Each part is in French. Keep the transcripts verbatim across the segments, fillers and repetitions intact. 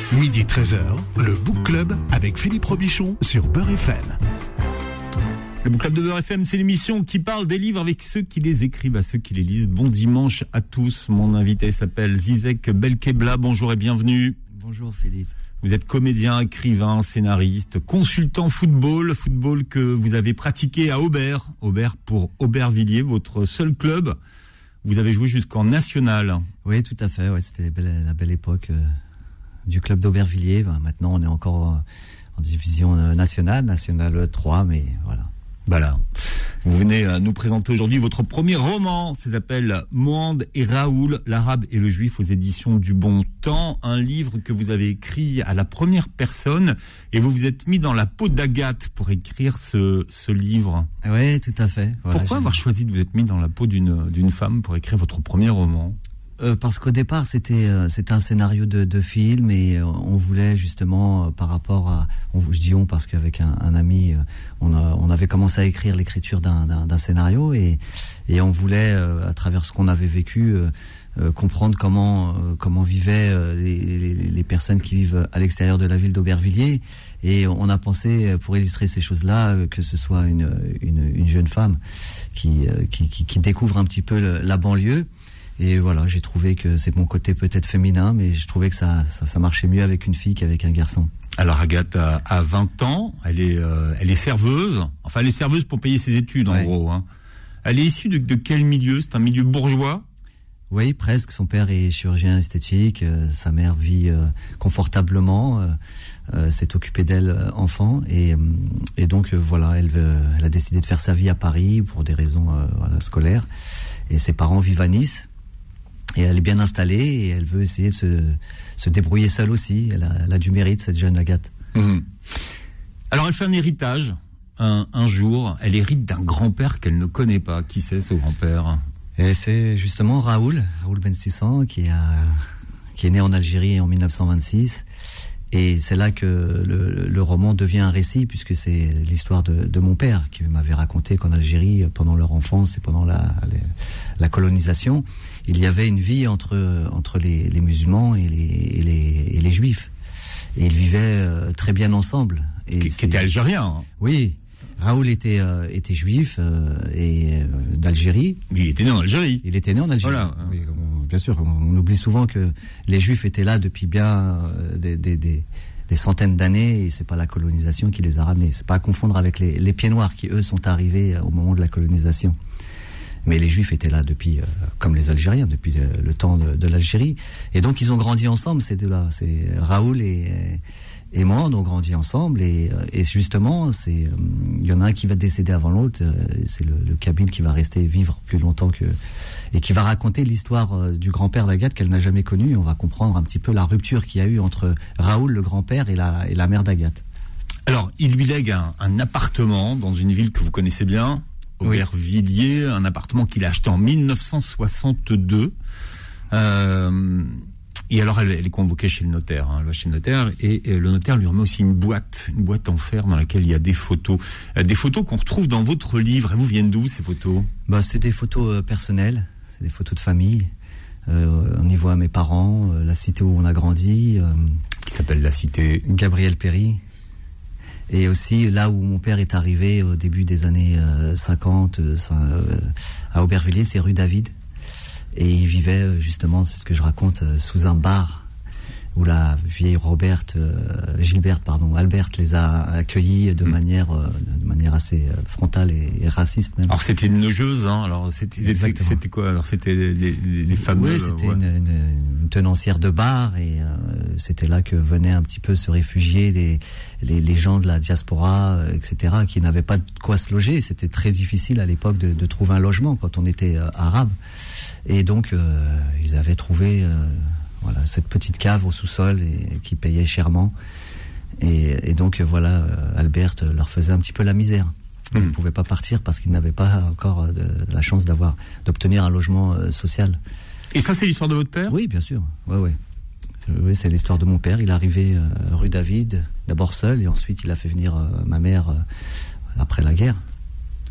Midi treize heures, le Book Club avec Philippe Robichon sur Beurre F M. Le Book Club de Beurre F M, c'est l'émission qui parle des livres avec ceux qui les écrivent, à ceux qui les lisent. Bon dimanche à tous. Mon invité s'appelle Zizek Belkebla. Bonjour et bienvenue. Bonjour Philippe. Vous êtes comédien, écrivain, scénariste, consultant football, football que vous avez pratiqué à Aubert. Aubert pour Aubervilliers, votre seul club. Vous avez joué jusqu'en national. Oui, tout à fait. Ouais, c'était belle, la belle époque euh, du club d'Aubervilliers. Ben, maintenant, on est encore en, en division nationale, nationale trois, mais voilà. Voilà. Vous venez euh, nous présenter aujourd'hui votre premier roman. Ça s'appelle Mohand et Raoul, l'arabe et le juif aux éditions du Bon Temps. Un livre que vous avez écrit à la première personne et vous vous êtes mis dans la peau d'Agathe pour écrire ce, ce livre. Oui, tout à fait. Voilà, Pourquoi j'ai... avoir choisi de vous être mis dans la peau d'une, d'une femme pour écrire votre premier roman ? Euh, parce qu'au départ, c'était euh, c'était un scénario de, de film et euh, on voulait justement euh, par rapport à, on, je dis on parce qu'avec un, un ami, euh, on, a, on avait commencé à écrire l'écriture d'un, d'un, d'un scénario et et on voulait euh, à travers ce qu'on avait vécu euh, euh, comprendre comment euh, comment vivaient euh, les, les, les personnes qui vivent à l'extérieur de la ville d'Aubervilliers et on a pensé pour illustrer ces choses-là euh, que ce soit une une, une jeune femme qui, euh, qui qui qui découvre un petit peu le, la banlieue. Et voilà, j'ai trouvé que c'est mon côté peut-être féminin, mais je trouvais que ça, ça, ça marchait mieux avec une fille qu'avec un garçon. Alors Agathe a, a vingt ans, elle est, euh, elle est serveuse. Enfin, elle est serveuse pour payer ses études, en ouais. gros. Hein. Elle est issue de, de quel milieu ? C'est un milieu bourgeois ? Oui, presque. Son père est chirurgien esthétique. Euh, sa mère vit euh, confortablement. Euh, euh, s'est occupée d'elle euh, enfant. Et, euh, et donc, euh, voilà, elle, veut, elle a décidé de faire sa vie à Paris pour des raisons euh, voilà, scolaires. Et ses parents vivent à Nice. Et elle est bien installée et elle veut essayer de se, se débrouiller seule aussi. Elle a, elle a du mérite, cette jeune Agathe. Mmh. Alors elle fait un héritage. Un, un jour, elle hérite d'un grand-père qu'elle ne connaît pas. Qui c'est ce grand-père ? Et c'est justement Raoul, Raoul Ben Sussan, qui, a, qui est né en Algérie en dix-neuf cent vingt-six. Et c'est là que le, le roman devient un récit, puisque c'est l'histoire de, de mon père, qui m'avait raconté qu'en Algérie, pendant leur enfance et pendant la, la, la colonisation, il y avait une vie entre, entre les, les musulmans et les, et, les, et les juifs. Et ils vivaient euh, très bien ensemble. Et qui, qui était algérien. Hein. Oui. Raoul était, euh, était juif euh, et, euh, d'Algérie. Mais il était né en Algérie. Il était né en Algérie. Voilà. Oui, on, bien sûr, on, on oublie souvent que les juifs étaient là depuis bien euh, des, des, des, des centaines d'années et c'est pas la colonisation qui les a ramenés. C'est pas à confondre avec les, les pieds noirs qui, eux, sont arrivés au moment de la colonisation. Mais les Juifs étaient là depuis, euh, comme les Algériens, depuis euh, le temps de, de l'Algérie. Et donc, ils ont grandi ensemble, ces deux-là. C'est Raoul et, et Mohand ont grandi ensemble. Et, et justement, c'est, il euh, y en a un qui va décéder avant l'autre. Euh, c'est le, le Kabyle qui va rester vivre plus longtemps que... Et qui va raconter l'histoire euh, du grand-père d'Agathe qu'elle n'a jamais connu. On va comprendre un petit peu la rupture qu'il y a eu entre Raoul, le grand-père, et la, et la mère d'Agathe. Alors, il lui lègue un, un appartement dans une ville que vous connaissez bien, Aubervilliers, oui. Un appartement qu'il a acheté en dix-neuf cent soixante-deux. Euh, et alors, elle, elle est convoquée chez le notaire. Hein, elle va chez le notaire et, et le notaire lui remet aussi une boîte, une boîte en fer dans laquelle il y a des photos. Euh, des photos qu'on retrouve dans votre livre. Elles vous viennent d'où, ces photos ? Bah, c'est des photos euh, personnelles, c'est des photos de famille. Euh, on y voit mes parents, euh, la cité où on a grandi. Euh, Qui s'appelle la cité ? Gabriel Péry. Et aussi là où mon père est arrivé au début des années euh, cinquante euh, à Aubervilliers, c'est rue David. Et il vivait euh, justement, c'est ce que je raconte, euh, sous un bar où la vieille Roberte, euh, Gilberte, pardon, Alberte les a accueillis de mmh. manière, euh, de manière assez euh, frontale et, et raciste même. Alors c'était une logeuse, hein. Alors c'était, c'était, c'était quoi ? Alors c'était les, les, les fameux. Oui, c'était ouais. une, une, une tenancière de bar et euh, c'était là que venaient un petit peu se réfugier les, les, les gens de la diaspora, euh, et cetera, qui n'avaient pas de quoi se loger. C'était très difficile à l'époque de, de trouver un logement quand on était euh, arabe. Et donc euh, ils avaient trouvé. Euh, Voilà, cette petite cave au sous-sol et, qui payait chèrement. Et, et donc, voilà, Alberte leur faisait un petit peu la misère. Ils mmh. ne pouvaient pas partir parce qu'ils n'avaient pas encore de, de la chance d'avoir, d'obtenir un logement euh, social. Et ça, c'est l'histoire de votre père ? Oui, bien sûr. Ouais, ouais. Oui, c'est l'histoire de mon père. Il est arrivé euh, rue David, d'abord seul, et ensuite il a fait venir euh, ma mère euh, après la guerre.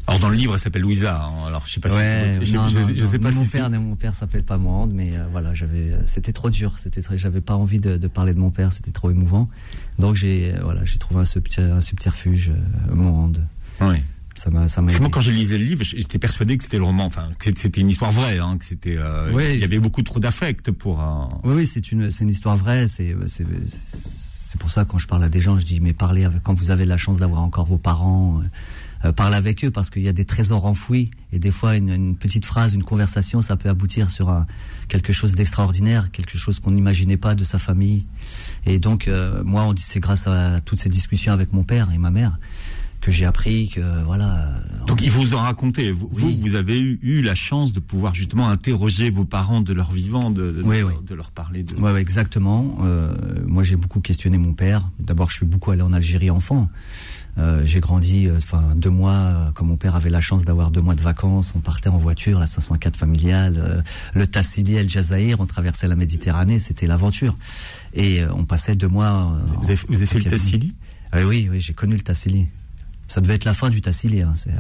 Alors dans le livre, elle s'appelle Louisa. Hein. Alors je sais pas ouais, si je, non, je, non, je, je non, sais pas mon si père, c'est... mon père s'appelle pas Mohand, mais euh, voilà, j'avais, c'était trop dur, c'était très, j'avais pas envie de, de parler de mon père, c'était trop émouvant. Donc j'ai, euh, voilà, j'ai trouvé un, subtil, un subterfuge, euh, Mohand. Oui. Ça m'a, ça m'a. Parce que moi, quand je lisais le livre, j'étais persuadé que c'était le roman, enfin, que c'était une histoire vraie, hein, que c'était, euh, oui. il y avait beaucoup trop d'affect pour. Un... Oui, oui, c'est une, c'est une histoire vraie. C'est, c'est, c'est pour ça quand je parle à des gens, je dis mais parlez avec, quand vous avez la chance d'avoir encore vos parents. Euh, parlez avec eux parce qu'il y a des trésors enfouis et des fois une, une petite phrase, une conversation, ça peut aboutir sur un, quelque chose d'extraordinaire, quelque chose qu'on n'imaginait pas de sa famille. Et donc euh, moi, on dit c'est grâce à toutes ces discussions avec mon père et ma mère que j'ai appris que voilà. Donc il vous en racontait. Vous, oui. vous, vous avez eu, eu la chance de pouvoir justement interroger vos parents de leur vivant, de, de, oui, de, oui. de leur parler. De... Oui, ouais, exactement. Euh, moi, j'ai beaucoup questionné mon père. D'abord, je suis beaucoup allé en Algérie enfant. Euh, j'ai grandi, enfin euh, deux mois, euh, quand mon père avait la chance d'avoir deux mois de vacances, on partait en voiture, la cinq cent quatre familiale, euh, le Tassili, El Jazaïr, on traversait la Méditerranée, c'était l'aventure. Et euh, on passait deux mois. Euh, vous avez, vous avez fait le Tassili ? euh, Oui, oui, j'ai connu le Tassili. Ça devait être la fin du Tassili. Hein, c'est, euh...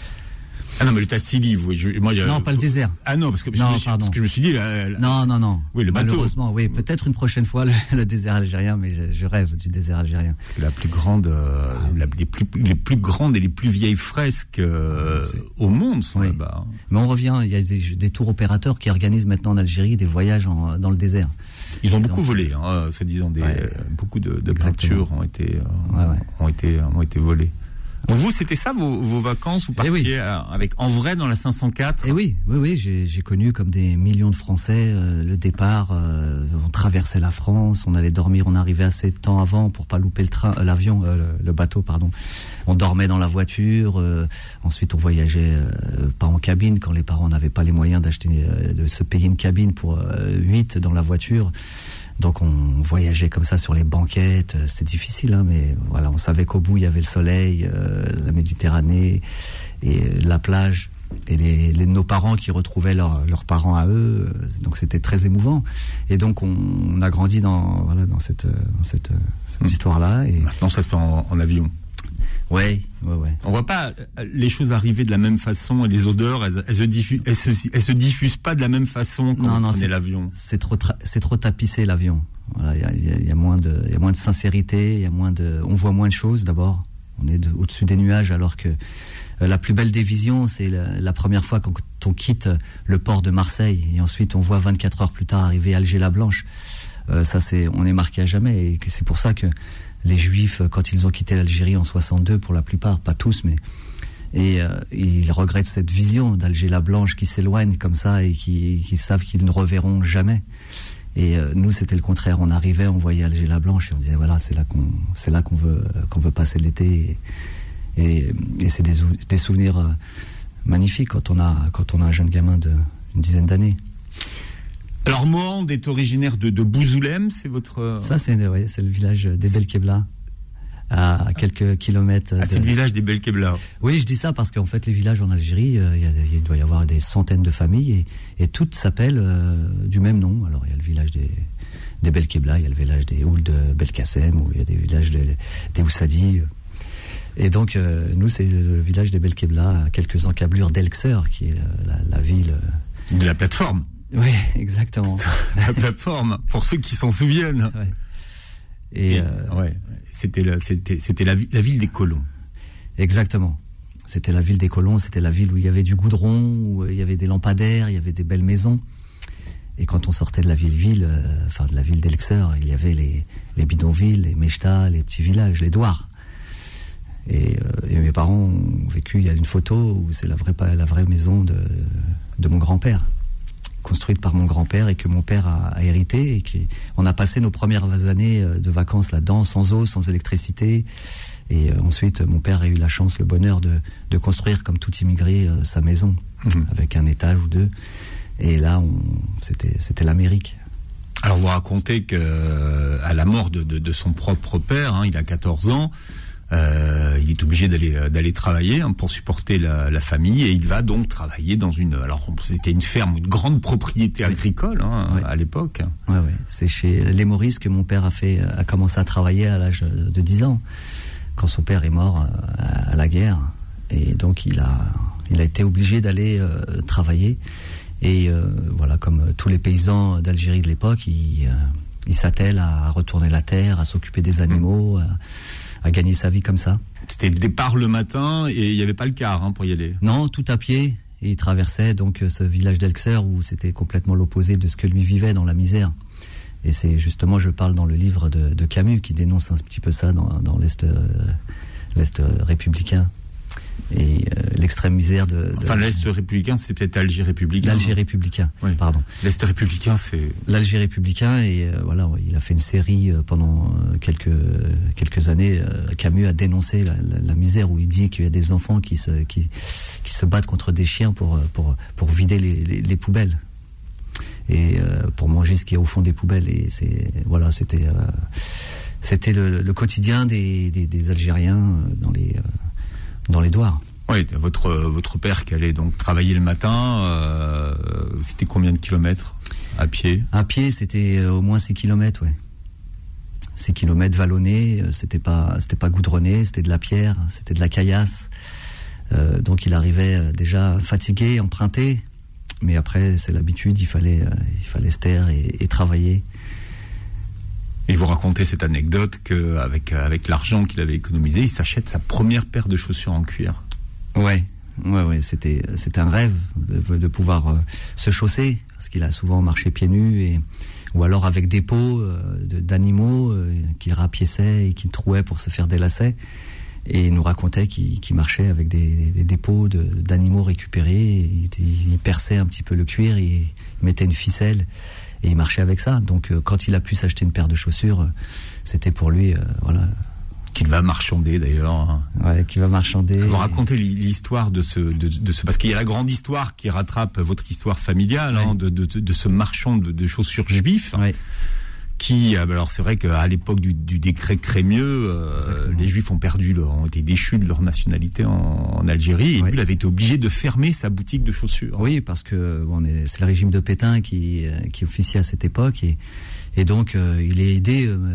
Ah non, mais le Tassili, vous, je, moi, non, euh, pas le désert. Ah non, parce que, parce non, que, je, parce que je me suis dit... La, la... Non, non, non. Oui, le bateau. Malheureusement, oui. Peut-être une prochaine fois, le, le désert algérien, mais je, je rêve du désert algérien. La plus grande, euh, la, les, plus, les plus grandes et les plus vieilles fresques euh, au monde sont oui. là-bas. Mais on revient, il y a des, des tours opérateurs qui organisent maintenant en Algérie des voyages en, dans le désert. Ils ont beaucoup Donc, volé, hein, soi-disant, des, ouais. euh, beaucoup de, de peintures ont été, euh, ouais, ouais. ont été, ont été volées. Donc vous, c'était ça vos, vos vacances, vous partiez oui. avec en vrai dans la cinq cent quatre. Et oui, oui, oui, j'ai, j'ai connu comme des millions de Français euh, le départ. Euh, on traversait la France, on allait dormir, on arrivait assez de temps avant pour pas louper le train, euh, l'avion, euh, le, le bateau, pardon. On dormait dans la voiture. Euh, ensuite, on voyageait euh, pas en cabine quand les parents n'avaient pas les moyens d'acheter, euh, de se payer une cabine pour euh, huit dans la voiture. Donc on voyageait comme ça sur les banquettes, c'était difficile, hein, mais voilà, on savait qu'au bout il y avait le soleil, euh, la Méditerranée et la plage et les, les, nos parents qui retrouvaient leur, leurs parents à eux, donc c'était très émouvant. Et donc on, on a grandi dans voilà dans cette dans cette, cette mmh. histoire-là. Et maintenant ça se fait en, en avion. Ouais, ouais, ouais. On voit pas les choses arriver de la même façon et les odeurs, elles, elles, se, diffusent, elles, se, elles se diffusent pas de la même façon quand non, on prenait l'avion. C'est trop, tra- c'est trop tapissé l'avion. Voilà, il y a, y a moins de, il y a moins de sincérité, il y a moins de, on voit moins de choses d'abord. On est de, au-dessus des nuages alors que euh, la plus belle des visions, c'est la, la première fois quand on quitte le port de Marseille et ensuite on voit vingt-quatre heures plus tard arriver Alger-la-Blanche. Euh, ça c'est, on est marqué à jamais et que c'est pour ça que les Juifs, quand ils ont quitté l'Algérie en soixante-deux, pour la plupart, pas tous, mais et euh, ils regrettent cette vision d'Alger-la-Blanche qui s'éloigne comme ça et qui, qui savent qu'ils ne reverront jamais. Et euh, nous, c'était le contraire. On arrivait, on voyait Alger-la-Blanche et on disait voilà, c'est là qu'on, c'est là qu'on veut, qu'on veut passer l'été. Et, et, et c'est des, des souvenirs euh, magnifiques quand on a, quand on a un jeune gamin de une dizaine d'années. Alors Mohand est originaire de, de Bouzoulem, c'est votre... Ça c'est, ouais, c'est le village des Belkebla, à quelques kilomètres... Ah, de... c'est le village des Belkebla. Oui, je dis ça parce qu'en fait les villages en Algérie, euh, il, y a, il doit y avoir des centaines de familles et, et toutes s'appellent euh, du même nom. Alors il y a le village des, des Belkebla, il y a le village des Ould de Belkacem, ou il y a des villages de, des Oussadi. Et donc euh, nous c'est le village des Belkebla, à quelques encablures d'Elxer, qui est la, la, la ville... De la plateforme. Oui, exactement. La plateforme, pour ceux qui s'en souviennent. Ouais. Et, Et euh, ouais, c'était, la, c'était, c'était la, la ville des colons. Exactement. C'était la ville des colons, c'était la ville où il y avait du goudron, où il y avait des lampadaires, il y avait des belles maisons. Et quand on sortait de la ville-ville, euh, enfin de la ville d'Elxer, il y avait les, les bidonvilles, les mechtas, les petits villages, les douars. Et, euh, et mes parents ont vécu, il y a une photo où c'est la vraie, la vraie maison de, de mon grand-père, construite par mon grand-père et que mon père a, a hérité et qu'on a passé nos premières années de vacances là-dedans, sans eau, sans électricité. Et euh, ensuite, mon père a eu la chance, le bonheur de, de construire, comme tout immigré, euh, sa maison, mmh. avec un étage ou deux. Et là, on, c'était, c'était l'Amérique. Alors, vous racontez que à la mort de, de, de son propre père, hein, il a quatorze ans, Euh, il est obligé d'aller d'aller travailler hein, pour supporter la, la famille et il va donc travailler dans une alors c'était une ferme, une grande propriété agricole hein, ouais. à l'époque. Ouais, ouais. C'est chez les Maurice que mon père a fait a commencé à travailler à l'âge de dix ans quand son père est mort à, à la guerre Et donc il a, il a été obligé d'aller euh, travailler. Et euh, voilà, comme tous les paysans d'Algérie de l'époque, il, euh, il s'attelle à retourner la terre, à s'occuper des animaux, à, à gagner sa vie comme ça. C'était le départ le matin et il n'y avait pas le car hein, pour y aller. Non, tout à pied. Et il traversait donc ce village d'Elxer où c'était complètement l'opposé de ce que lui vivait dans la misère. Et c'est justement, je parle dans le livre de, de Camus qui dénonce un petit peu ça dans, dans l'Est, euh, l'Est républicain et euh, l'extrême misère de, de... Enfin, l'Est républicain, c'est peut-être Alger républicain. L'Alger républicain, oui. Pardon. L'Est républicain, c'est... L'Alger républicain, et euh, voilà, il a fait une série euh, pendant euh, quelques, quelques années. Euh, Camus a dénoncé la, la, la misère, où il dit qu'il y a des enfants qui se, qui, qui se battent contre des chiens pour, pour, pour vider les, les, les poubelles. Et euh, pour manger ce qu'il y a au fond des poubelles. Et c'est, voilà, c'était, euh, c'était le, le quotidien des, des, des Algériens dans les... Euh, dans les douars. Oui, votre votre père qui allait donc travailler le matin, euh, c'était combien de kilomètres à pied? À pied, c'était au moins six kilomètres, ouais. six kilomètres vallonnés, c'était pas c'était pas goudronné, c'était de la pierre, c'était de la caillasse. Euh, donc il arrivait déjà fatigué, emprunté, mais après c'est l'habitude, il fallait il fallait se taire et, et travailler. Et vous racontez cette anecdote qu'avec avec l'argent qu'il avait économisé, il s'achète sa première paire de chaussures en cuir. Ouais, ouais, ouais, c'était, c'était un rêve de, de pouvoir euh, se chausser, parce qu'il a souvent marché pieds nus, et, ou alors avec des peaux euh, de, d'animaux euh, qu'il rapiéçait et qu'il trouait pour se faire des lacets. Et il nous racontait qu'il, qu'il marchait avec des, des, des peaux de, d'animaux récupérés, il, il perçait un petit peu le cuir, il mettait une ficelle. Et il marchait avec ça. Donc, euh, quand il a pu s'acheter une paire de chaussures, euh, c'était pour lui, euh, voilà. Qu'il va marchander d'ailleurs. Hein. Ouais, qu'il va marchander. Vous racontez l'histoire de ce, de, de ce, parce qu'il y a la grande histoire qui rattrape votre histoire familiale, ouais. hein, de, de, de ce marchand de, de chaussures juif. Ouais. Qui, alors c'est vrai qu'à l'époque du, du décret Crémieux, euh, les Juifs ont perdu, leur, ont été déchus de leur nationalité en, en Algérie, et ouais. lui, il avait été obligé de fermer sa boutique de chaussures. Oui, parce que bon, c'est le régime de Pétain qui, qui officie à cette époque, et, et donc euh, il est aidé euh,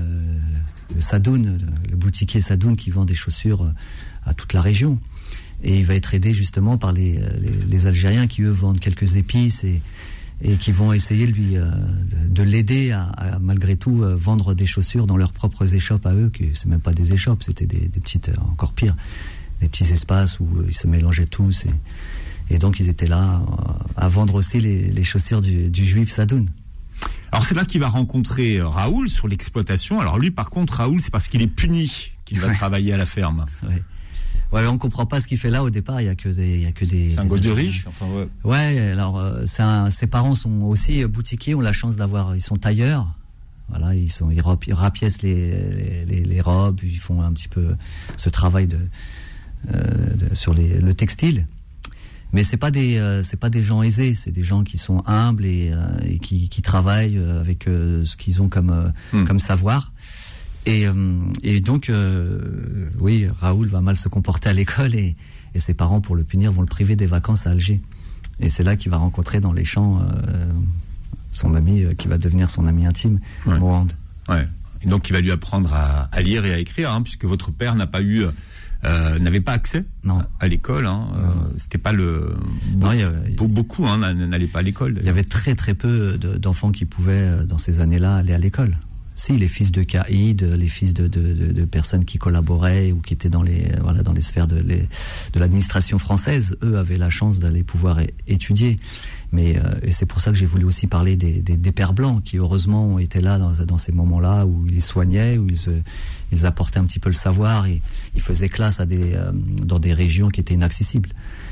le Sadoun, le, le boutiquier Sadoun qui vend des chaussures à toute la région, et il va être aidé justement par les, les, les Algériens qui eux vendent quelques épices et et qui vont essayer lui euh, de, de l'aider à, à malgré tout euh, vendre des chaussures dans leurs propres échoppes à eux, que c'est même pas des échoppes, c'était des, des petites, euh, encore pire, des petits espaces où ils se mélangeaient tous, et, et donc ils étaient là euh, à vendre aussi les, les chaussures du, du juif Sadoun. Alors c'est là qu'il va rencontrer Raoul sur l'exploitation. Alors lui par contre, Raoul, c'est parce qu'il est puni qu'il va travailler à la ferme. Ouais. Ouais, on comprend pas ce qu'il fait là au départ. Il y a que des, il y a que des. C'est un gosse de riche. Enfin, ouais. Ouais. Alors, euh, c'est un, ses parents sont aussi boutiquiers. Ont la chance d'avoir, ils sont tailleurs. Voilà, ils sont, ils, rap, ils rapiècent les, les, les robes. Ils font un petit peu ce travail de, euh, de sur les, le textile. Mais c'est pas des, euh, c'est pas des gens aisés. C'est des gens qui sont humbles et, euh, et qui, qui travaillent avec euh, ce qu'ils ont comme, euh, hmm. comme savoir. Et, euh, et donc, euh, oui, Raoul va mal se comporter à l'école et, et ses parents, pour le punir, vont le priver des vacances à Alger. Et c'est là qu'il va rencontrer dans les champs euh, son ami, euh, qui va devenir son ami intime, ouais. Mohand. Ouais. Et donc, il va lui apprendre à, à lire et à écrire, hein, puisque votre père n'a pas eu, euh, n'avait pas accès non. à, à l'école. Hein. Euh, c'était pas le non, il y avait, beaucoup hein, n'allaient pas à l'école. Il y avait très très peu de, d'enfants qui pouvaient, dans ces années-là, aller à l'école. Si, les fils de caïds, les fils de, de, de, de personnes qui collaboraient ou qui étaient dans les, voilà, dans les sphères de, les, de l'administration française, eux avaient la chance d'aller pouvoir é- étudier. Mais euh, et c'est pour ça que j'ai voulu aussi parler des, des, des pères blancs qui, heureusement, ont été là dans, dans ces moments-là où ils les soignaient, où ils, se, ils apportaient un petit peu le savoir et ils faisaient classe à des, euh, dans des régions qui étaient inaccessibles.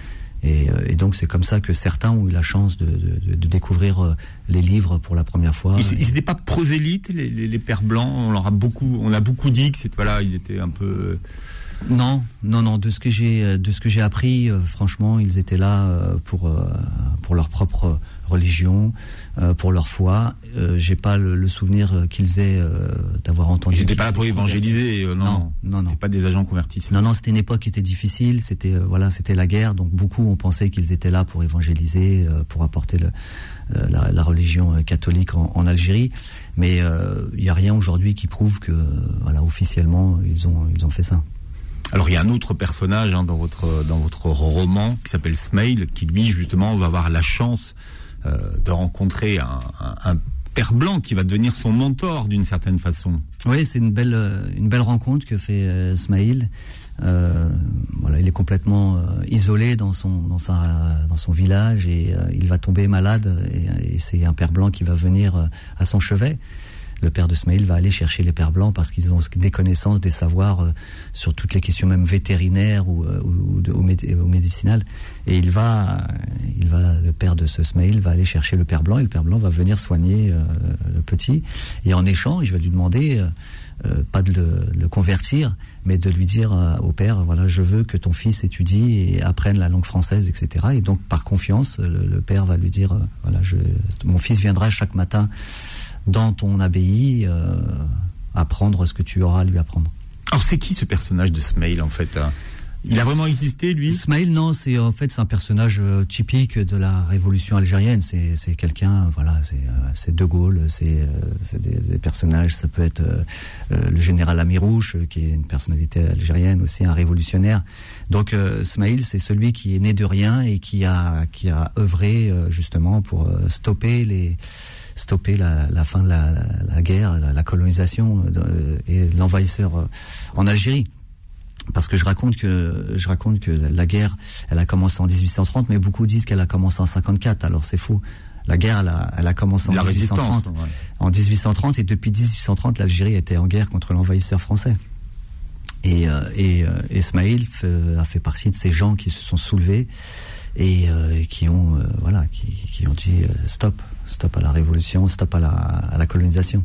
Et, et donc c'est comme ça que certains ont eu la chance de, de, de découvrir les livres pour la première fois. Ils n'étaient pas prosélytes, les, les, les pères blancs. On leur a beaucoup, on a beaucoup dit que c'est, voilà, ils étaient un peu. Non, non, non. De ce que j'ai, de ce que j'ai appris, euh, franchement, ils étaient là euh, pour euh, pour leur propre religion, euh, pour leur foi. Euh, j'ai pas le, le souvenir qu'ils aient euh, d'avoir entendu. Ils n'étaient pas là pour évangéliser. Euh, non, non, non. C'était non. pas des agents convertis. Non, non. C'était une époque qui était difficile. C'était euh, voilà, c'était la guerre. Donc beaucoup ont pensé qu'ils étaient là pour évangéliser, euh, pour apporter le, euh, la, la religion catholique en, en Algérie. Mais il euh, y a rien aujourd'hui qui prouve que euh, voilà, officiellement ils ont ils ont fait ça. Alors il y a un autre personnage hein, dans votre dans votre roman qui s'appelle Smail, qui lui justement va avoir la chance euh, de rencontrer un, un, un père blanc qui va devenir son mentor d'une certaine façon. Oui, c'est une belle une belle rencontre que fait euh, Smail. Euh, voilà, il est complètement euh, isolé dans son dans sa dans son village et euh, il va tomber malade et, et c'est un père blanc qui va venir euh, à son chevet. Le père de Smail va aller chercher les pères blancs parce qu'ils ont des connaissances, des savoirs euh, sur toutes les questions même vétérinaires ou, euh, ou, de, ou, médi- ou médicinales. Et il va, il va, le père de ce Smail va aller chercher le père blanc et le père blanc va venir soigner euh, le petit. Et en échange, il va lui demander, euh, euh, pas de le, le convertir, mais de lui dire euh, au père, voilà, je veux que ton fils étudie et apprenne la langue française, et cetera. Et donc, par confiance, le, le père va lui dire, euh, voilà, je, mon fils viendra chaque matin dans ton abbaye, euh, apprendre ce que tu auras à lui apprendre. Alors c'est qui ce personnage de Smail en fait? Il a vraiment existé lui? Smail, non, c'est en fait c'est un personnage euh, typique de la révolution algérienne. C'est c'est quelqu'un, voilà, c'est euh, c'est De Gaulle, c'est euh, c'est des, des personnages. Ça peut être euh, euh, le général Amirouche, euh, qui est une personnalité algérienne aussi, un révolutionnaire. Donc euh, Smail, c'est celui qui est né de rien et qui a qui a œuvré euh, justement pour euh, stopper les stopper la, la fin de la, la, la guerre, la, la colonisation de, et l'envahisseur euh, en Algérie. Parce que je raconte que je raconte que la, la guerre, elle a commencé en dix-huit cent trente, mais beaucoup disent qu'elle a commencé en cinquante-quatre. Alors c'est faux. La guerre, elle a, elle a commencé en la dix-huit cent trente. Ouais. En dix-huit cent trente, et depuis dix-huit cent trente, l'Algérie était en guerre contre l'envahisseur français. Et, euh, et euh, Smail a fait partie de ces gens qui se sont soulevés et euh, qui ont euh, voilà, qui, qui ont dit euh, stop. Stop à la révolution, stop à la, à la colonisation.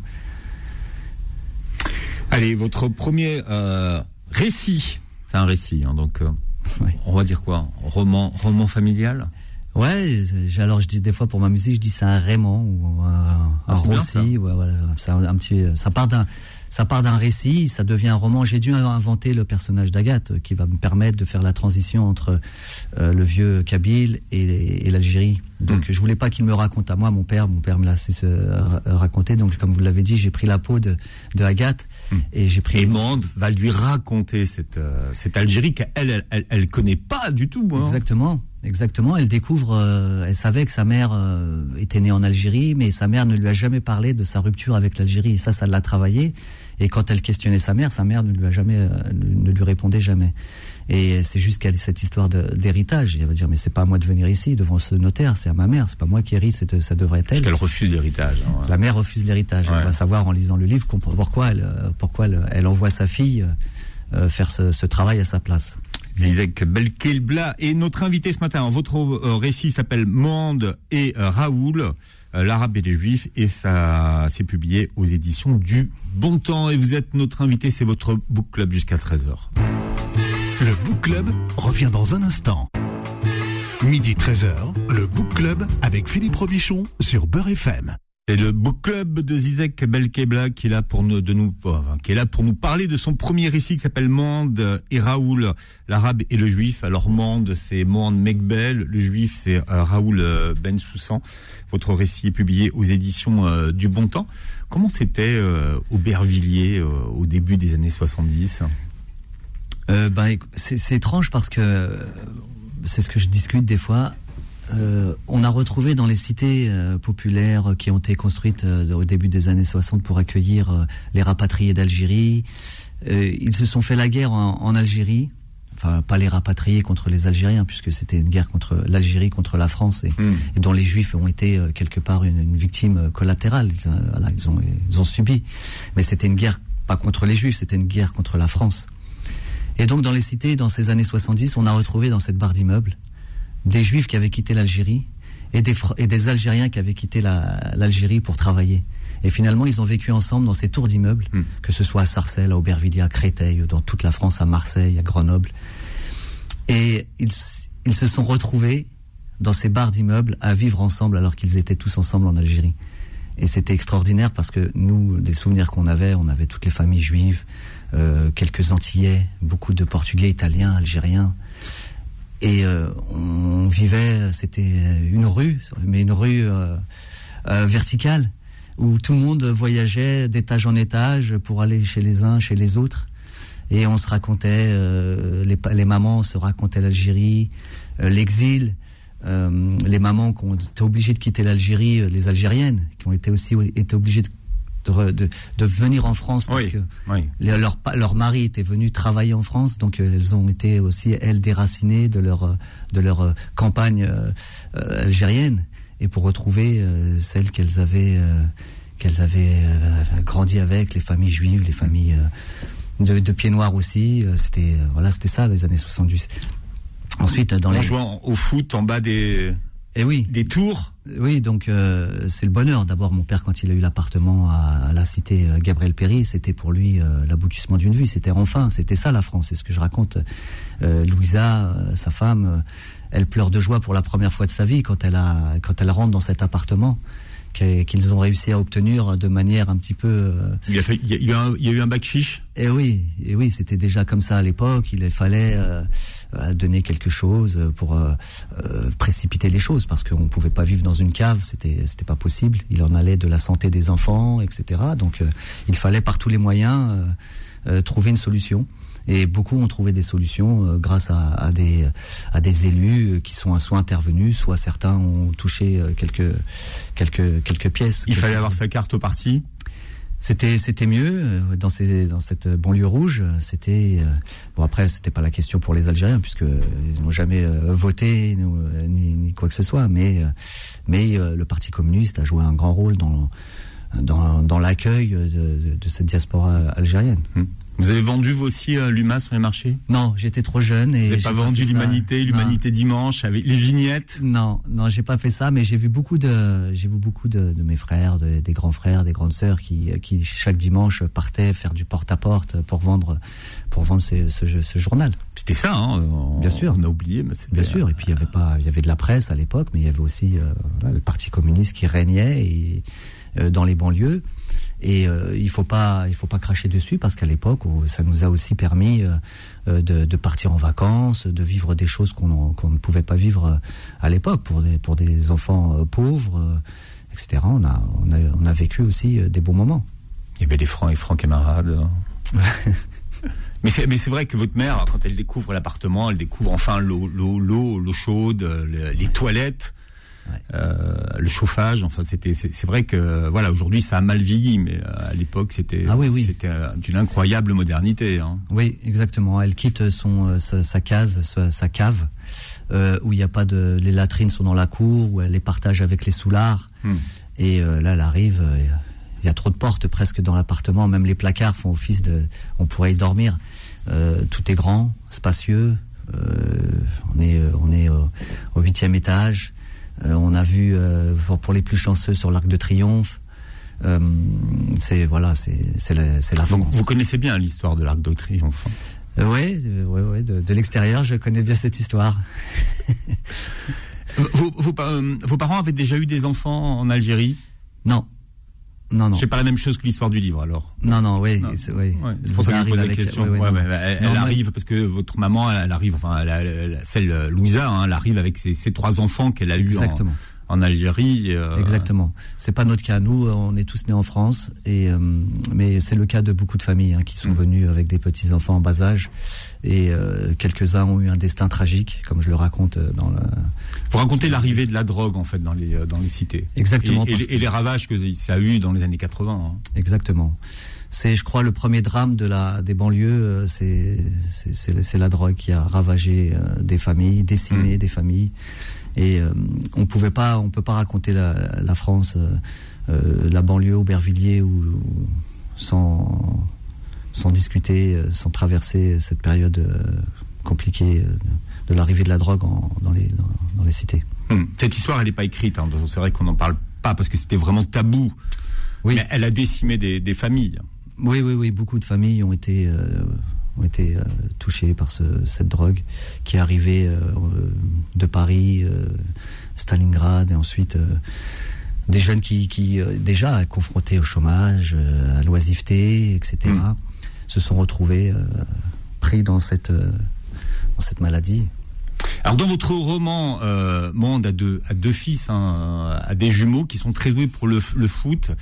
Allez, votre premier euh, récit, c'est un récit, hein, donc euh, oui. On va dire quoi? Roman, roman familial? Ouais, alors je dis des fois pour ma musique, je dis c'est un réman ou un, un ah, récit. Ouais, voilà, c'est un, un petit, ça part d'un, ça part d'un récit, ça devient un roman. J'ai dû inventer le personnage d'Agathe qui va me permettre de faire la transition entre euh, le vieux Kabyle et, et l'Algérie. Donc mmh. je voulais pas qu'il me raconte à moi, mon père, mon père me l'a se raconter. Donc comme vous l'avez dit, j'ai pris la peau de, de Agathe mmh. et j'ai pris. Et Mande va lui raconter cette euh, cette Algérie qu'elle elle, elle, elle connaît pas du tout. Hein. Exactement. Exactement, elle découvre, euh, elle savait que sa mère euh, était née en Algérie, mais sa mère ne lui a jamais parlé de sa rupture avec l'Algérie. Et ça, ça l'a travaillé. Et quand elle questionnait sa mère, sa mère ne lui a jamais, euh, ne lui répondait jamais. Et c'est juste qu'elle a cette histoire de, d'héritage. Elle va dire, mais c'est pas à moi de venir ici devant ce notaire, c'est à ma mère, c'est pas moi qui hérite, c'est, ça devrait être elle. Parce qu'elle refuse l'héritage. Hein, ouais. La mère refuse l'héritage. Ouais. Elle va savoir en lisant le livre pourquoi elle, pourquoi elle, elle envoie sa fille euh, faire ce, ce travail à sa place. Zizek Belkebla est notre invité ce matin. Votre euh, récit s'appelle Mande et euh, Raoul, euh, l'arabe et les juifs, et ça s'est publié aux éditions du Bon Temps. Et vous êtes notre invité, c'est votre book club jusqu'à treize heures. Le book club revient dans un instant. Midi treize heures, le book club avec Philippe Robichon sur Beurre F M. C'est le book club de Zizek Belkebla qui est là pour nous, de nous, enfin, qui est là pour nous parler de son premier récit qui s'appelle Mande et Raoul, l'arabe et le juif. Alors Mande, c'est Mohand Megbel, le juif, c'est euh, Raoul euh, Ben Soussan. Votre récit est publié aux éditions euh, du Bon Temps. Comment c'était euh, Aubervilliers euh, au début des années soixante-dix? euh, ben, c'est, c'est étrange parce que euh, c'est ce que je discute des fois. Euh, on a retrouvé dans les cités euh, populaires qui ont été construites euh, au début des années soixante pour accueillir euh, les rapatriés d'Algérie. Euh, ils se sont fait la guerre en, en Algérie, enfin pas les rapatriés contre les Algériens, puisque c'était une guerre contre l'Algérie contre la France et, mmh. et dont les Juifs ont été euh, quelque part une, une victime collatérale. Ils, euh, voilà, ils ont ils ont subi, mais c'était une guerre pas contre les Juifs, c'était une guerre contre la France. Et donc dans les cités, dans ces années soixante-dix, on a retrouvé dans cette barre d'immeubles des Juifs qui avaient quitté l'Algérie et des, et des Algériens qui avaient quitté la, l'Algérie pour travailler. Et finalement, ils ont vécu ensemble dans ces tours d'immeubles, mmh. que ce soit à Sarcelles, à Aubervilliers, à Créteil, dans toute la France, à Marseille, à Grenoble. Et ils, ils se sont retrouvés dans ces barres d'immeubles à vivre ensemble alors qu'ils étaient tous ensemble en Algérie. Et c'était extraordinaire parce que nous, des souvenirs qu'on avait, on avait toutes les familles juives, euh, quelques Antillais, beaucoup de Portugais, Italiens, Algériens. Et euh, on vivait, c'était une rue, mais une rue euh, euh, verticale, où tout le monde voyageait d'étage en étage pour aller chez les uns, chez les autres. Et on se racontait, euh, les, les mamans se racontaient l'Algérie, euh, l'exil, euh, les mamans qui ont été obligées de quitter l'Algérie, euh, les Algériennes, qui ont été aussi été obligées de, de, de, de venir en France parce oui, que oui. Les, leur, leur mari était venu travailler en France, donc euh, elles ont été aussi, elles, déracinées de leur, de leur euh, campagne euh, euh, algérienne, et pour retrouver euh, celles qu'elles avaient, euh, qu'elles avaient euh, grandi avec, les familles juives, les familles... Euh, De, de pieds noirs aussi, euh, c'était euh, voilà, c'était ça les années soixante-dix. Ensuite, dans en les jouant au foot en bas des et oui des tours. Oui, donc euh, c'est le bonheur. D'abord, mon père, quand il a eu l'appartement à, à la cité euh, Gabriel Péri, c'était pour lui euh, l'aboutissement d'une vie. C'était enfin, c'était ça la France. C'est ce que je raconte. Euh, Louisa, euh, sa femme, euh, elle pleure de joie pour la première fois de sa vie quand elle a quand elle rentre dans cet appartement qu'ils ont réussi à obtenir de manière un petit peu... Euh... Il, y a fait, il, y a eu un, il y a eu un bac chiche. Et oui, et oui, c'était déjà comme ça à l'époque. Il fallait euh, donner quelque chose pour euh, euh, précipiter les choses, parce qu'on ne pouvait pas vivre dans une cave, c'était, c'était pas possible. Il en allait de la santé des enfants, et cetera. Donc euh, il fallait par tous les moyens euh, euh, trouver une solution. Et beaucoup ont trouvé des solutions euh, grâce à, à des à des élus qui sont soit intervenus, soit certains ont touché euh, quelques quelques quelques pièces. Il quelques... fallait avoir sa carte au parti. C'était c'était mieux euh, dans ces dans cette banlieue rouge. C'était euh, bon, après c'était pas la question pour les Algériens puisque euh, ils n'ont jamais euh, voté nous, euh, ni ni quoi que ce soit. Mais euh, mais euh, le Parti communiste a joué un grand rôle dans dans dans l'accueil de, de, de cette diaspora algérienne. Hum. Vous avez vendu vous aussi euh, l'U M A sur les marchés ? Non, j'étais trop jeune et vous n'avez pas vendu l'Humanité, ça. l'Humanité non. Dimanche avec les vignettes ? Non, non, j'ai pas fait ça, mais j'ai vu beaucoup de, j'ai vu beaucoup de, de mes frères, de, des grands frères, des grandes sœurs qui, qui chaque dimanche partaient faire du porte-à-porte pour vendre, pour vendre ce, ce, ce journal. C'était ça, hein on, Bien sûr. On a oublié, mais c'était. Bien sûr. Et puis il y avait pas, il y avait de la presse à l'époque, mais il y avait aussi euh, voilà, le Parti communiste qui régnait et, euh, dans les banlieues. Et euh, il faut pas, il faut pas cracher dessus parce qu'à l'époque, ça nous a aussi permis euh, de, de partir en vacances, de vivre des choses qu'on, qu'on ne pouvait pas vivre à l'époque pour des, pour des enfants euh, pauvres, euh, et cetera. On a, on a, on a vécu aussi des bons moments. Il y avait des francs et francs camarades. mais, c'est, mais c'est vrai que votre mère, quand elle découvre l'appartement, elle découvre enfin l'eau, l'eau, l'eau, l'eau chaude, les, les toilettes. Ouais. Euh, le chauffage, enfin c'était, c'est, c'est vrai que voilà, aujourd'hui ça a mal vieilli, mais à l'époque c'était, ah oui, oui. c'était d'une incroyable modernité. Hein. Oui, exactement. Elle quitte son sa, sa case, sa, sa cave, euh, où il n'y a pas de, les latrines sont dans la cour, où elle les partage avec les soulards. Hmm. Et euh, là, elle arrive, il euh, y a trop de portes presque dans l'appartement, même les placards font office de, on pourrait y dormir. Euh, tout est grand, spacieux. Euh, on est on est au, au huitième étage. Euh, on a vu euh, pour, pour les plus chanceux sur l'Arc de Triomphe. Euh, c'est voilà, c'est c'est la, c'est la France. Vous, vous connaissez bien l'histoire de l'Arc de Triomphe. Euh, oui, ouais, ouais, de, de l'extérieur, je connais bien cette histoire. vos, vos, euh, vos parents avaient déjà eu des enfants en Algérie ? Non. Non, non. C'est pas la même chose que l'histoire du livre, alors. Non, non, oui, non. C'est, oui. Ouais, c'est pour ça que je pose la question. Ouais, ouais, ouais, ouais, elle, non, elle arrive parce que votre maman, elle arrive, enfin, elle, elle, elle, celle Louisa, hein, elle arrive avec ses, ses trois enfants qu'elle a eus en, en Algérie. Euh... Exactement. C'est pas notre cas. Nous, on est tous nés en France, et euh, mais c'est le cas de beaucoup de familles hein, qui sont mmh. venues avec des petits enfants en bas âge, et euh, quelques-uns ont eu un destin tragique, comme je le raconte dans le. Vous racontez l'arrivée de la drogue en fait dans les dans les cités. Exactement. Et, et, et les ravages que ça a eu dans les années quatre-vingts. Hein. Exactement. C'est, je crois, le premier drame de la des banlieues. C'est c'est c'est, c'est la drogue qui a ravagé euh, des familles, décimé mmh. des familles. Et euh, on pouvait pas, on peut pas raconter la, la France, euh, euh, la banlieue, Aubervilliers, ou, ou sans sans discuter, sans traverser cette période euh, compliquée euh, de l'arrivée de la drogue en, dans les dans, dans les cités. Hum. Cette histoire, elle n'est pas écrite. Hein, donc c'est vrai qu'on n'en parle pas parce que c'était vraiment tabou. Oui. Mais elle a décimé des, des familles. Oui, oui, oui. Beaucoup de familles ont été euh, ont été euh, touchés par ce, cette drogue qui est arrivée euh, de Paris, euh, Stalingrad, et ensuite euh, des jeunes qui, qui euh, déjà confrontés au chômage, euh, à l'oisiveté, et cetera, mmh. se sont retrouvés euh, pris dans cette, euh, dans cette maladie. Alors dans votre roman, euh, Monde a deux, a deux fils, hein, a des jumeaux qui sont très doués pour le, le foot.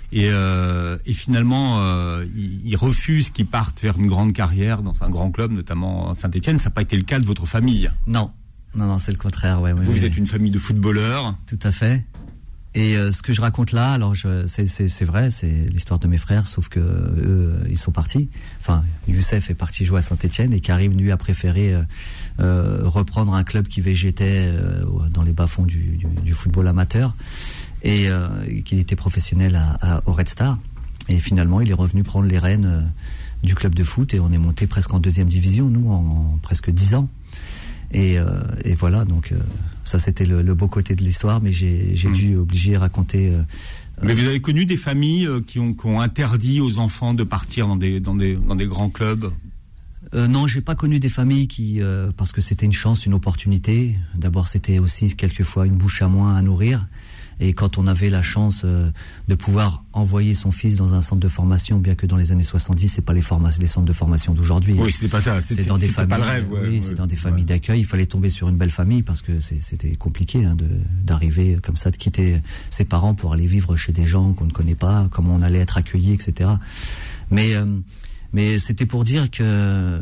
Et, euh, et finalement, euh, ils, ils refusent qu'ils partent vers une grande carrière dans un grand club, notamment Saint-Étienne. Ça n'a pas été le cas de votre famille. Non, non, non, c'est le contraire. Ouais, vous, ouais, vous ouais. êtes une famille de footballeurs. Tout à fait. Et euh, ce que je raconte là, alors je, c'est, c'est, c'est vrai, c'est l'histoire de mes frères, sauf que eux, ils sont partis. Enfin, Youssef est parti jouer à Saint-Étienne et Karim, lui, a préféré euh, euh, reprendre un club qui végétait euh, dans les bas-fonds du, du, du football amateur et euh, qu'il était professionnel à, à, au Red Star. Et finalement, il est revenu prendre les rênes euh, du club de foot et on est monté presque en deuxième division, nous, en, en presque dix ans. Et, euh, et voilà, donc euh, ça c'était le, le beau côté de l'histoire, mais j'ai, j'ai mmh. dû obliger raconter. Euh, mais vous avez connu des familles euh, qui, ont, qui ont interdit aux enfants de partir dans des, dans des, dans des grands clubs? Euh, non, j'ai pas connu des familles qui, euh, parce que c'était une chance, une opportunité. D'abord, c'était aussi quelquefois une bouche à moins à nourrir. Et quand on avait la chance euh, de pouvoir envoyer son fils dans un centre de formation, bien que dans les années soixante-dix, c'est pas les, forma- les centres de formation d'aujourd'hui. Oui, c'était pas ça. C'est, c'est dans des familles. Pas le rêve. Ouais, oui, ouais, c'est ouais, dans des familles ouais. d'accueil. Il fallait tomber sur une belle famille parce que c'est, c'était compliqué hein, de, d'arriver comme ça, de quitter ses parents pour aller vivre chez des gens qu'on ne connaît pas, comment on allait être accueilli, et cetera. Mais euh, mais c'était pour dire que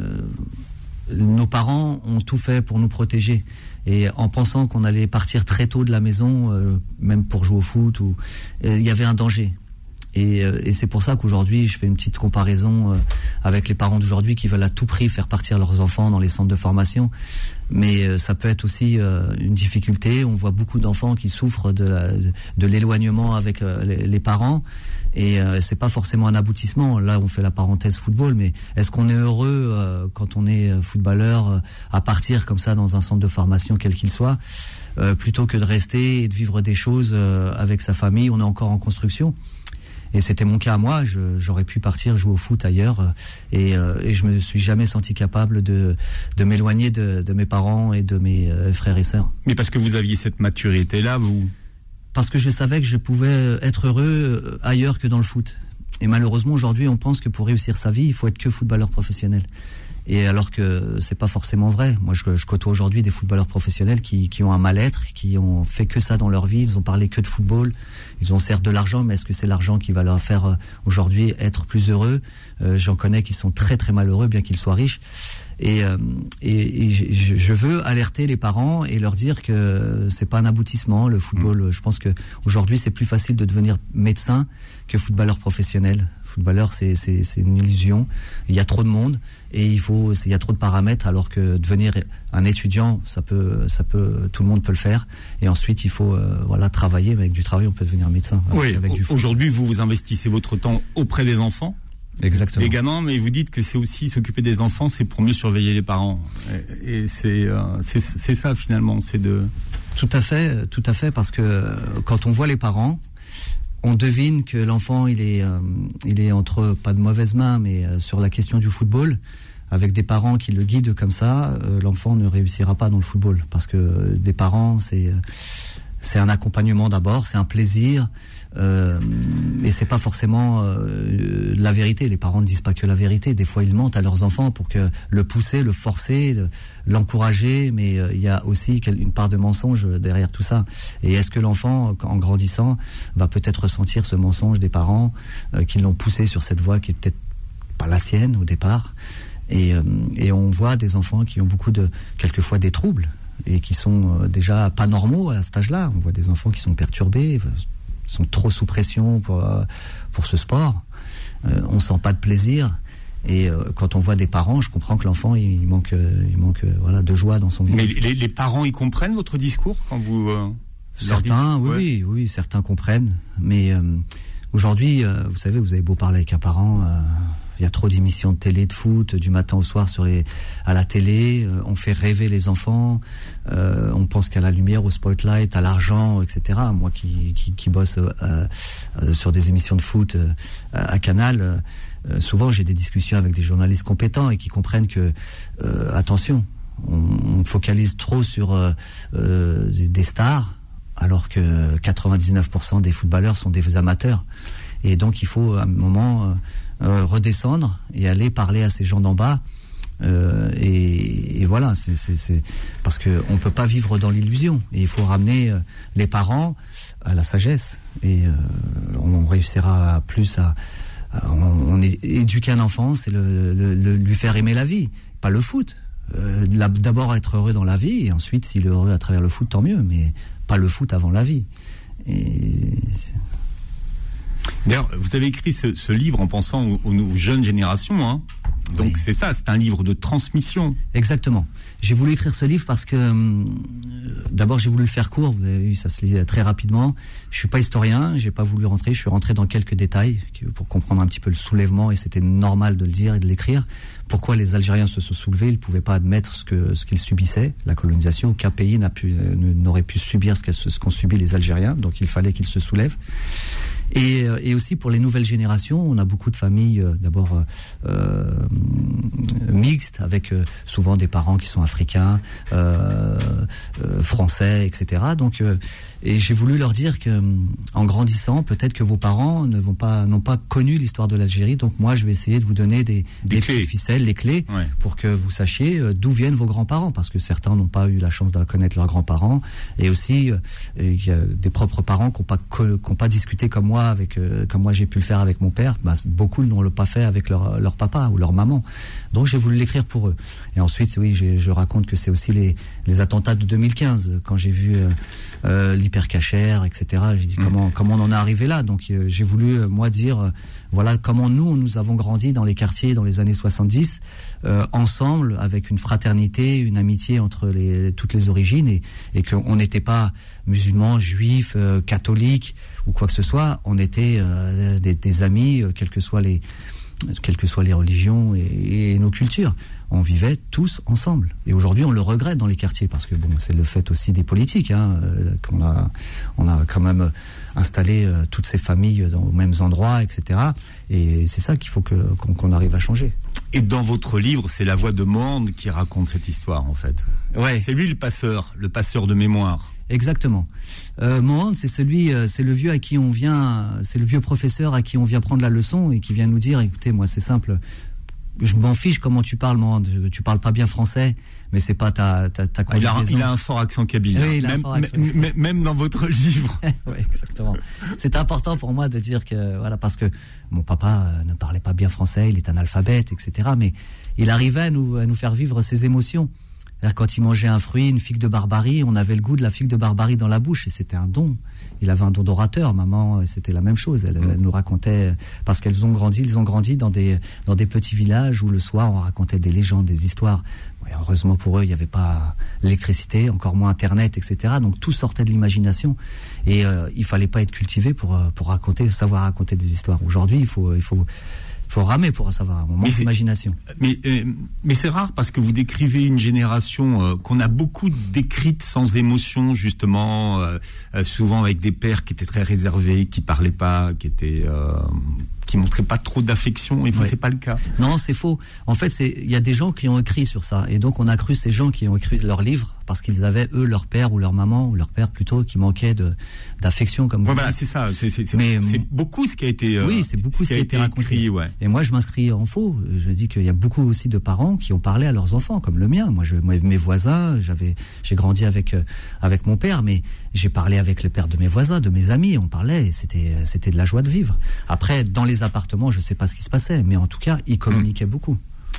nos parents ont tout fait pour nous protéger. Et en pensant qu'on allait partir très tôt de la maison, euh, même pour jouer au foot, ou il y avait un danger. Et, euh, et c'est pour ça qu'aujourd'hui, je fais une petite comparaison euh, avec les parents d'aujourd'hui qui veulent à tout prix faire partir leurs enfants dans les centres de formation. Mais euh, ça peut être aussi euh, une difficulté. On voit beaucoup d'enfants qui souffrent de, la, de, de l'éloignement avec euh, les, les parents. Et euh, c'est pas forcément un aboutissement. Là, on fait la parenthèse football, mais est-ce qu'on est heureux euh, quand on est footballeur euh, à partir comme ça dans un centre de formation quel qu'il soit, euh, plutôt que de rester et de vivre des choses euh, avec sa famille? On est encore en construction. Et c'était mon cas à moi. Je, j'aurais pu partir jouer au foot ailleurs, et, euh, et je me suis jamais senti capable de, de m'éloigner de, de mes parents et de mes euh, frères et sœurs. Mais parce que vous aviez cette maturité-là, vous. Parce que je savais que je pouvais être heureux ailleurs que dans le foot. Et malheureusement, aujourd'hui, on pense que pour réussir sa vie, il faut être que footballeur professionnel. Et alors que c'est pas forcément vrai. Moi, je, je côtoie aujourd'hui des footballeurs professionnels qui, qui ont un mal-être, qui ont fait que ça dans leur vie. Ils ont parlé que de football. Ils ont certes de l'argent, mais est-ce que c'est l'argent qui va leur faire euh, aujourd'hui être plus heureux? euh, J'en connais qui sont très très malheureux, bien qu'ils soient riches. Et, euh, et, et je, je veux alerter les parents et leur dire que c'est pas un aboutissement. Le football, mmh. je pense que aujourd'hui c'est plus facile de devenir médecin que footballeur professionnel. Footballeur, c'est, c'est, c'est une illusion. Il y a trop de monde et il faut, il y a trop de paramètres. Alors que devenir un étudiant, ça peut, ça peut, tout le monde peut le faire. Et ensuite, il faut, euh, voilà, travailler. Mais avec du travail, on peut devenir médecin. Oui. Avec du aujourd'hui, vous vous investissez votre temps auprès des enfants. Exactement. Les gamins, mais vous dites que c'est aussi s'occuper des enfants, c'est pour mieux surveiller les parents. Et, et c'est, euh, c'est, c'est ça finalement, c'est de. Tout à fait, tout à fait, parce que quand on voit les parents, on devine que l'enfant, il est, euh, il est entre, pas de mauvaises mains, mais euh, sur la question du football, avec des parents qui le guident comme ça, euh, l'enfant ne réussira pas dans le football, parce que euh, des parents, c'est, euh, c'est un accompagnement d'abord, c'est un plaisir. Euh, et c'est pas forcément euh, la vérité. Les parents ne disent pas que la vérité. Des fois, ils mentent à leurs enfants pour que le pousser, le forcer, le, l'encourager. Mais euh, il y a aussi une part de mensonge derrière tout ça. Et est-ce que l'enfant, en grandissant, va peut-être ressentir ce mensonge des parents euh, qui l'ont poussé sur cette voie qui est peut-être pas la sienne au départ? Et, euh, et on voit des enfants qui ont beaucoup de, quelquefois des troubles et qui sont euh, déjà pas normaux à cet âge-là. On voit des enfants qui sont perturbés, sont trop sous pression pour, pour ce sport. Euh, on sent pas de plaisir. Et euh, quand on voit des parents, je comprends que l'enfant, il, il manque, il manque voilà, de joie dans son visage. Mais les, les parents, ils comprennent votre discours quand vous... Euh, certains, oui, ouais. oui, oui, certains comprennent. Mais euh, aujourd'hui, euh, vous savez, vous avez beau parler avec un parent... Euh, il y a trop d'émissions de télé, de foot, du matin au soir sur les, à la télé. Euh, on fait rêver les enfants. Euh, on pense qu'à la lumière, au spotlight, à l'argent, et cetera. Moi qui, qui, qui bosse euh, euh, sur des émissions de foot euh, à Canal, euh, souvent j'ai des discussions avec des journalistes compétents et qui comprennent que, euh, attention, on, on focalise trop sur euh, euh, des stars, alors que quatre-vingt-dix-neuf pour cent des footballeurs sont des amateurs. Et donc il faut à un moment... Euh, Euh, redescendre et aller parler à ces gens d'en bas Euh, et, et voilà, c'est, c'est, c'est parce que on peut pas vivre dans l'illusion. Et il faut ramener euh, les parents à la sagesse. Et euh, on réussira plus à, à on, on éduquer un enfant, c'est le, le, le, lui faire aimer la vie, pas le foot. Euh, d'abord être heureux dans la vie, et ensuite s'il est heureux à travers le foot, tant mieux. Mais pas le foot avant la vie. Et d'ailleurs, vous avez écrit ce, ce livre en pensant aux, aux jeunes générations, hein. Donc oui. C'est ça, c'est un livre de transmission. Exactement. J'ai voulu écrire ce livre parce que euh, d'abord j'ai voulu le faire court. Vous avez vu, ça se lit très rapidement. Je suis pas historien, j'ai pas voulu rentrer. Je suis rentré dans quelques détails pour comprendre un petit peu le soulèvement, et c'était normal de le dire et de l'écrire. Pourquoi les Algériens se sont soulevés? Ils pouvaient pas admettre ce que ce qu'ils subissaient, la colonisation. Aucun pays n'a pu n'aurait pu subir ce, ce qu'ont subi les Algériens. Donc il fallait qu'ils se soulèvent. Et, et aussi pour les nouvelles générations, on a beaucoup de familles euh, d'abord euh, mixtes, avec euh, souvent des parents qui sont africains, euh, euh, français, et cetera. Donc, euh, et j'ai voulu leur dire que, en grandissant, peut-être que vos parents ne vont pas, n'ont pas connu l'histoire de l'Algérie. Donc moi, je vais essayer de vous donner des, des, des petites ficelles, les clés, ouais. pour que vous sachiez euh, d'où viennent vos grands-parents, parce que certains n'ont pas eu la chance de connaître leurs grands-parents, et aussi euh, il y a des propres parents qui n'ont pas, qui n'ont pas discuté comme moi. Avec, euh, comme moi j'ai pu le faire avec mon père, bah, beaucoup ne l'ont pas fait avec leur, leur papa ou leur maman. Donc j'ai voulu l'écrire pour eux. Et ensuite, oui, j'ai, je raconte que c'est aussi les, les attentats de deux mille quinze, quand j'ai vu euh, euh, l'hypercachère, et cetera. J'ai dit mmh. comment, comment on en est arrivé là. Donc euh, j'ai voulu, euh, moi, dire, euh, voilà comment nous, nous avons grandi dans les quartiers dans les années soixante-dix, euh, ensemble, avec une fraternité, une amitié entre les, toutes les origines, et, et qu'on n'était pas musulmans, juifs, euh, catholiques, ou quoi que ce soit, on était euh, des, des amis, euh, quelles que soient les, quelles que soient les religions et, et nos cultures. On vivait tous ensemble. Et aujourd'hui, on le regrette dans les quartiers, parce que bon, c'est le fait aussi des politiques, hein, euh, qu'on a, on a quand même installé euh, toutes ces familles dans, aux mêmes endroits, et cetera. Et c'est ça qu'il faut que, qu'on, qu'on arrive à changer. Et dans votre livre, c'est la voix de Mohand qui raconte cette histoire, en fait. Ouais. C'est lui le passeur, le passeur de mémoire. Exactement. Euh, Mohand, c'est celui, euh, c'est le vieux à qui on vient, c'est le vieux professeur à qui on vient prendre la leçon et qui vient nous dire, écoutez, moi c'est simple, je m'en fiche comment tu parles, Mohand, tu parles pas bien français, mais c'est pas ta ta, ta conjugaison. Il a, il a un fort accent kabyle. Oui, il a même, un fort accent. Même, même dans votre livre. Oui, exactement. C'est important pour moi de dire que voilà, parce que mon papa euh, ne parlait pas bien français, il est analphabète, et cetera. Mais il arrivait à nous à nous faire vivre ses émotions. Quand il mangeait un fruit, une figue de Barbarie, on avait le goût de la figue de Barbarie dans la bouche, et c'était un don. Il avait un don d'orateur. Maman, c'était la même chose. Elle, mmh. elle nous racontait, parce qu'elles ont grandi, ils ont grandi dans des dans des petits villages où le soir on racontait des légendes, des histoires. Et heureusement pour eux, il n'y avait pas l'électricité, encore moins Internet, et cetera. Donc tout sortait de l'imagination. Et euh, il fallait pas être cultivé pour pour raconter, savoir raconter des histoires. Aujourd'hui, il faut il faut faut ramer pour savoir, on manque d'imagination. Mais, euh, mais c'est rare, parce que vous décrivez une génération euh, qu'on a beaucoup décrite sans émotion, justement, euh, euh, souvent avec des pères qui étaient très réservés, qui parlaient pas, qui étaient... Euh, qui montraient pas trop d'affection, et vous, ouais. c'est pas le cas. Non, c'est faux. En fait, c'est, il y a des gens qui ont écrit sur ça, et donc on a cru ces gens qui ont écrit leurs livres parce qu'ils avaient, eux, leur père ou leur maman, ou leur père plutôt, qui manquait de, d'affection, comme vous ouais, dites. Voilà, c'est ça. C'est, c'est, c'est, Mais, c'est beaucoup ce qui a été euh, oui, c'est beaucoup ce qui a été raconté. Écrit, ouais. Et moi, je m'inscris en faux. Je dis qu'il y a beaucoup aussi de parents qui ont parlé à leurs enfants, comme le mien. Moi, je, moi mes voisins, j'avais, j'ai grandi avec, euh, avec mon père, mais j'ai parlé avec les pères de mes voisins, de mes amis. On parlait, et c'était, c'était de la joie de vivre. Après, dans les appartements, je sais pas ce qui se passait, mais en tout cas, ils communiquaient mmh. beaucoup.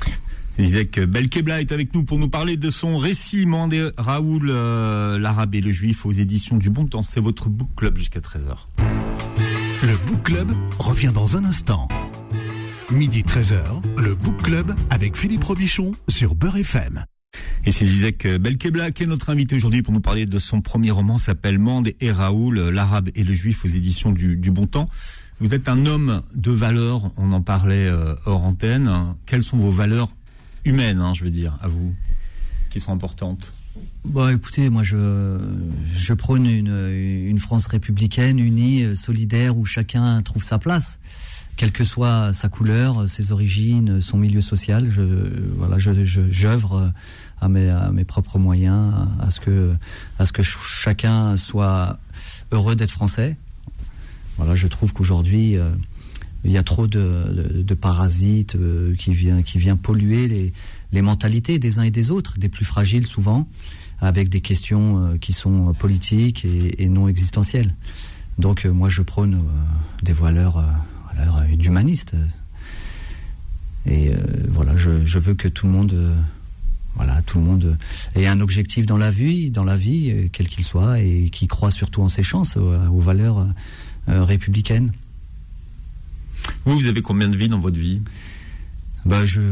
Zizek Belkebla est avec nous pour nous parler de son récit Mohand et Raoul, euh, l'arabe et le juif, aux éditions du Bon Temps. C'est votre book club jusqu'à treize heures. Le book club revient dans un instant. Midi treize heures, le book club avec Philippe Robichon sur Beurre F M. Et c'est Zizek Belkebla qui est notre invité aujourd'hui pour nous parler de son premier roman, s'appelle Mohand et Raoul, l'arabe et le juif, aux éditions du, du Bon Temps. Vous êtes un homme de valeurs, on en parlait euh, hors antenne. Quelles sont vos valeurs humaines, hein, je veux dire, à vous, qui sont importantes? Bon, écoutez, moi je je prône une une France républicaine, unie, solidaire, où chacun trouve sa place, quelle que soit sa couleur, ses origines, son milieu social. Je voilà, je, je j'œuvre à mes à mes propres moyens à ce que à ce que chacun soit heureux d'être français. Voilà, je trouve qu'aujourd'hui, euh, il y a trop de, de, de parasites euh, qui vient qui vient polluer les les mentalités des uns et des autres, des plus fragiles souvent, avec des questions euh, qui sont politiques et, et non existentielles. Donc euh, moi je prône euh, des valeurs, euh, valeurs d'humanistes. Et euh, voilà, je, je veux que tout le monde, euh, voilà, tout le monde ait un objectif dans la vie, dans la vie, euh, quel qu'il soit, et qui croit surtout en ses chances, aux, aux valeurs euh, républicaines. Vous, vous avez combien de vies dans votre vie ? Bah, je,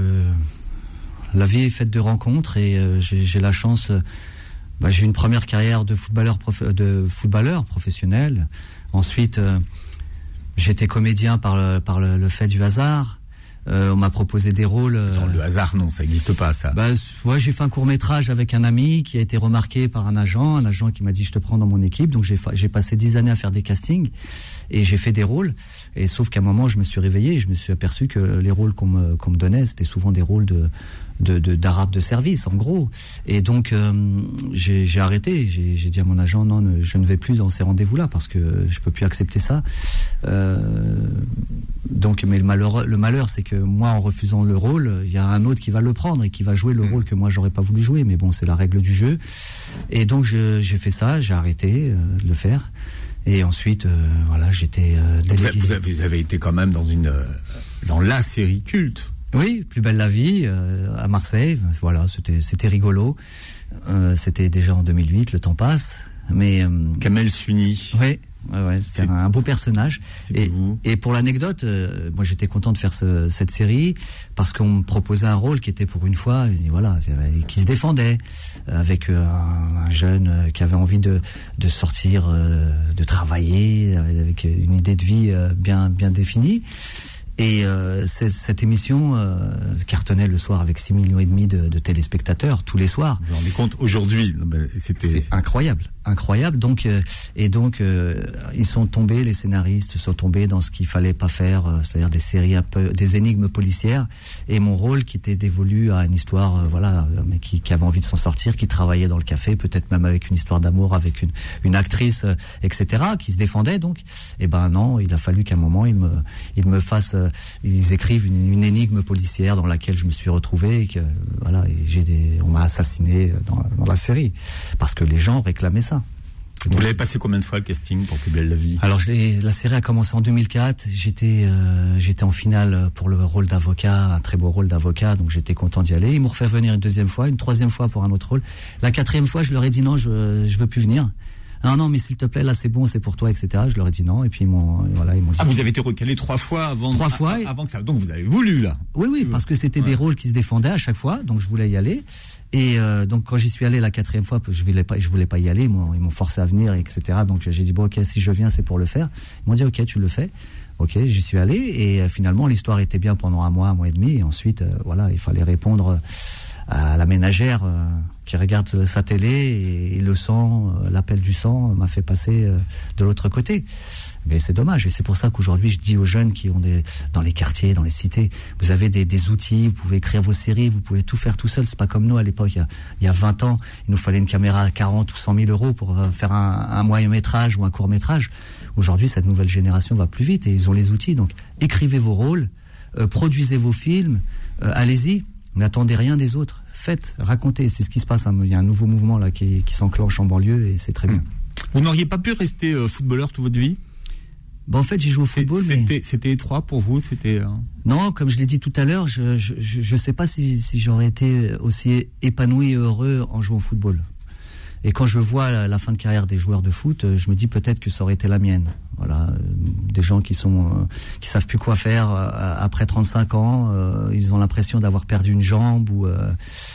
la vie est faite de rencontres et euh, j'ai, j'ai la chance. Euh, bah, j'ai une première carrière de footballeur, prof, de footballeur professionnel. Ensuite, euh, j'étais comédien par le, par le, le fait du hasard. Euh, on m'a proposé des rôles. Euh, Dans le hasard, non, ça n'existe pas, ça. Bah, ouais, j'ai fait un court métrage avec un ami qui a été remarqué par un agent, un agent qui m'a dit je te prends dans mon équipe. Donc j'ai, fa- j'ai passé dix années à faire des castings et j'ai fait des rôles. Et sauf qu'à un moment, je me suis réveillé et je me suis aperçu que les rôles qu'on me, qu'on me donnait, c'était souvent des rôles de, de, de d'arabes de service, en gros. Et donc euh, j'ai, j'ai arrêté. J'ai, j'ai dit à mon agent non, ne, je ne vais plus dans ces rendez-vous-là parce que je peux plus accepter ça. Euh, donc, mais le malheur, le malheur, c'est que moi, en refusant le rôle, il y a un autre qui va le prendre et qui va jouer le mmh. rôle que moi j'aurais pas voulu jouer. Mais bon, c'est la règle du jeu. Et donc je, j'ai fait ça, j'ai arrêté euh, de le faire. Et ensuite, euh, voilà, j'étais euh, délégué. Vous avez, vous avez été quand même dans une, euh, dans la série culte. Oui, Plus belle la vie euh, à Marseille. Voilà, c'était, c'était rigolo. Euh, c'était déjà en deux mille huit. Le temps passe, mais euh, Kamel Sunny. Oui. Ouais, ouais, c'était un, un beau personnage. Et, et pour l'anecdote, euh, moi j'étais content de faire ce, cette série parce qu'on me proposait un rôle qui était pour une fois, voilà, qui se défendait avec euh, un, un jeune qui avait envie de, de sortir, euh, de travailler, avec une idée de vie euh, bien bien définie. Et euh, cette émission euh, cartonnait le soir avec six millions et demi de, de téléspectateurs tous les soirs. Vous vous rendez compte aujourd'hui, c'était c'est incroyable, incroyable. Donc euh, et donc euh, ils sont tombés, les scénaristes sont tombés dans ce qu'il fallait pas faire, euh, c'est-à-dire des séries un peu, des énigmes policières. Et mon rôle qui était dévolu à une histoire, euh, voilà, mais qui, qui avait envie de s'en sortir, qui travaillait dans le café, peut-être même avec une histoire d'amour avec une une actrice, euh, et cetera, qui se défendait. Donc, et ben non, il a fallu qu'à un moment ils me ils me fassent ils écrivent une, une énigme policière dans laquelle je me suis retrouvé et que voilà, et j'ai des, on m'a assassiné dans, dans la série parce que les gens réclamaient ça. Vous l'avez passé combien de fois le casting pour Plus belle la vie ? Alors je l'ai, la série a commencé en deux mille quatre. J'étais euh, j'étais en finale pour le rôle d'avocat, un très beau rôle d'avocat, donc j'étais content d'y aller. Ils m'ont refait venir une deuxième fois, une troisième fois pour un autre rôle. La quatrième fois, je leur ai dit non, je je veux plus venir. Non, non, mais s'il te plaît, là, c'est bon, c'est pour toi, et cetera. Je leur ai dit non, et puis ils m'ont, voilà, ils m'ont dit. Ah, vous avez été recalé trois fois avant. Trois fois. A, avant que ça. Donc vous avez voulu là. Oui, oui, parce que c'était ouais. des rôles qui se défendaient à chaque fois, donc je voulais y aller. Et euh, donc quand j'y suis allé la quatrième fois, je voulais pas, je voulais pas y aller. Ils m'ont, ils m'ont forcé à venir, et cetera. Donc j'ai dit bon, ok, si je viens, c'est pour le faire. Ils m'ont dit ok, tu le fais. Ok, j'y suis allé, et euh, finalement l'histoire était bien pendant un mois, un mois et demi. Et ensuite, euh, voilà, il fallait répondre à la ménagère euh, qui regarde sa télé et, et le sang, euh, l'appel du sang m'a fait passer euh, de l'autre côté. Mais c'est dommage, et c'est pour ça qu'aujourd'hui je dis aux jeunes qui ont des dans les quartiers, dans les cités, vous avez des, des outils, vous pouvez écrire vos séries, vous pouvez tout faire tout seul. C'est pas comme nous à l'époque, il y a, il y a vingt ans, il nous fallait une caméra à quarante ou cent mille euros pour euh, faire un, un moyen métrage ou un court métrage. Aujourd'hui, cette nouvelle génération va plus vite et ils ont les outils. Donc écrivez vos rôles, euh, produisez vos films, euh, allez-y. N'attendez rien des autres. Faites, racontez. C'est ce qui se passe. Hein. Il y a un nouveau mouvement là qui, qui s'enclenche en banlieue et c'est très bien. Vous n'auriez pas pu rester euh, footballeur toute votre vie ? Ben, en fait, j'ai joué au football, c'était, mais c'était étroit pour vous. C'était euh... non, comme je l'ai dit tout à l'heure, je je je, je sais pas si si j'aurais été aussi épanoui et heureux en jouant au football. Et quand je vois la, la fin de carrière des joueurs de foot, je me dis peut-être que ça aurait été la mienne. Voilà, des gens qui sont euh, qui savent plus quoi faire euh, après trente-cinq ans, euh, ils ont l'impression d'avoir perdu une jambe ou euh,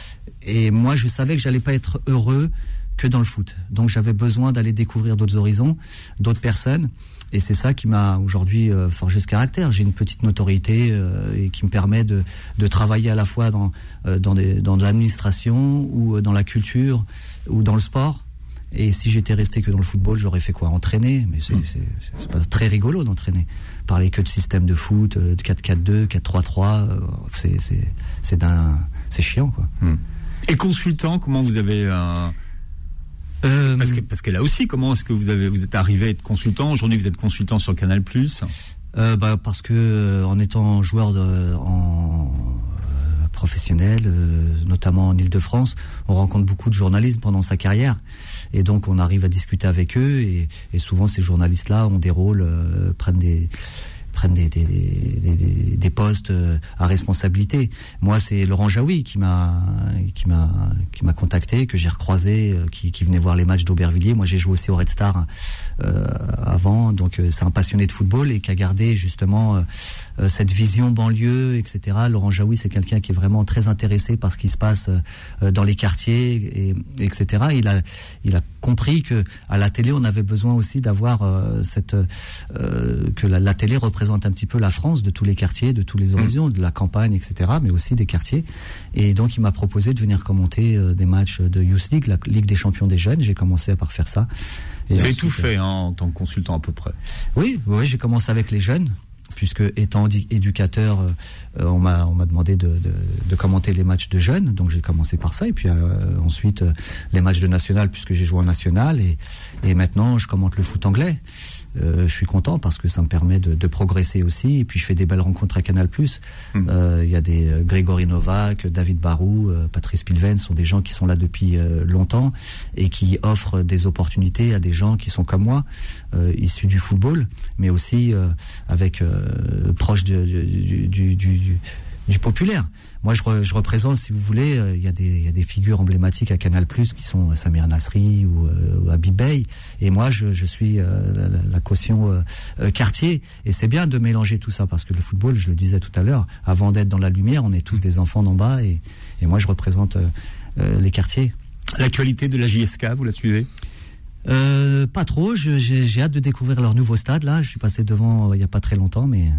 et moi je savais que j'allais pas être heureux que dans le foot. Donc j'avais besoin d'aller découvrir d'autres horizons, d'autres personnes. Et c'est ça qui m'a aujourd'hui euh, forgé ce caractère. J'ai une petite notoriété euh, et qui me permet de, de travailler à la fois dans, euh, dans, des, dans de l'administration ou dans la culture ou dans le sport. Et si j'étais resté que dans le football, j'aurais fait quoi ? Entraîner. Mais c'est, c'est, c'est pas très rigolo d'entraîner. Parler que de système de foot, de quatre quatre deux, quatre trois trois, euh, c'est, c'est, c'est, d'un, c'est chiant, quoi. Et consultant, comment vous avez... Euh... Parce que, parce que là aussi, comment est-ce que vous avez, vous êtes arrivé à être consultant ? Aujourd'hui, vous êtes consultant sur Canal plus. euh, bah, Parce que euh, en étant joueur de, en euh, professionnel, euh, notamment en Ile-de-France, on rencontre beaucoup de journalistes pendant sa carrière. Et donc on arrive à discuter avec eux et, et souvent ces journalistes-là ont des rôles, euh, prennent des... prennent des, des, des, des, des postes à responsabilité. Moi, c'est Laurent Jaoui qui m'a, qui m'a, qui m'a contacté, que j'ai recroisé, qui, qui venait voir les matchs d'Aubervilliers. Moi, j'ai joué aussi au Red Star euh, avant, donc euh, c'est un passionné de football et qui a gardé justement euh, cette vision banlieue, et cetera. Laurent Jaoui, c'est quelqu'un qui est vraiment très intéressé par ce qui se passe euh, dans les quartiers, et, etc. Il a, il a compris que à la télé, on avait besoin aussi d'avoir euh, cette euh, que la, la télé représente un petit peu la France, de tous les quartiers, de tous les horizons, de la campagne, et cetera, mais aussi des quartiers. Et donc, il m'a proposé de venir commenter euh, des matchs de Youth League, la Ligue des champions des jeunes. J'ai commencé par faire ça. Et vous avez tout fait hein, en tant que consultant à peu près. Oui, oui, j'ai commencé avec les jeunes, puisque étant éducateur, euh, on m'a on m'a demandé de, de, de commenter les matchs de jeunes, donc j'ai commencé par ça, et puis euh, ensuite euh, les matchs de national, puisque j'ai joué en national, et, et maintenant je commente le foot anglais. Euh, je suis content parce que ça me permet de, de progresser aussi, et puis je fais des belles rencontres à Canal+. Il mmh. euh, y a des euh, Grégory Novak, David Barou, euh, Patrice Pilven, sont des gens qui sont là depuis euh, longtemps et qui offrent des opportunités à des gens qui sont comme moi, euh, issus du football, mais aussi euh, avec euh, proches de, du, du, du, du, du populaire. Moi, je, re, je représente, si vous voulez, il euh, y a des, il y a des figures emblématiques à Canal+, qui sont Samir Nasri ou, euh, ou Habib Bey. Et moi, je, je suis euh, la, la caution euh, euh, quartier. Et c'est bien de mélanger tout ça, parce que le football, je le disais tout à l'heure, avant d'être dans la lumière, on est tous des enfants d'en bas. Et, et moi, je représente euh, euh, les quartiers. L'actualité de la J S K, vous la suivez ? euh, Pas trop. Je, j'ai, j'ai hâte de découvrir leur nouveau stade. Là, je suis passé devant euh, il n'y a pas très longtemps, mais...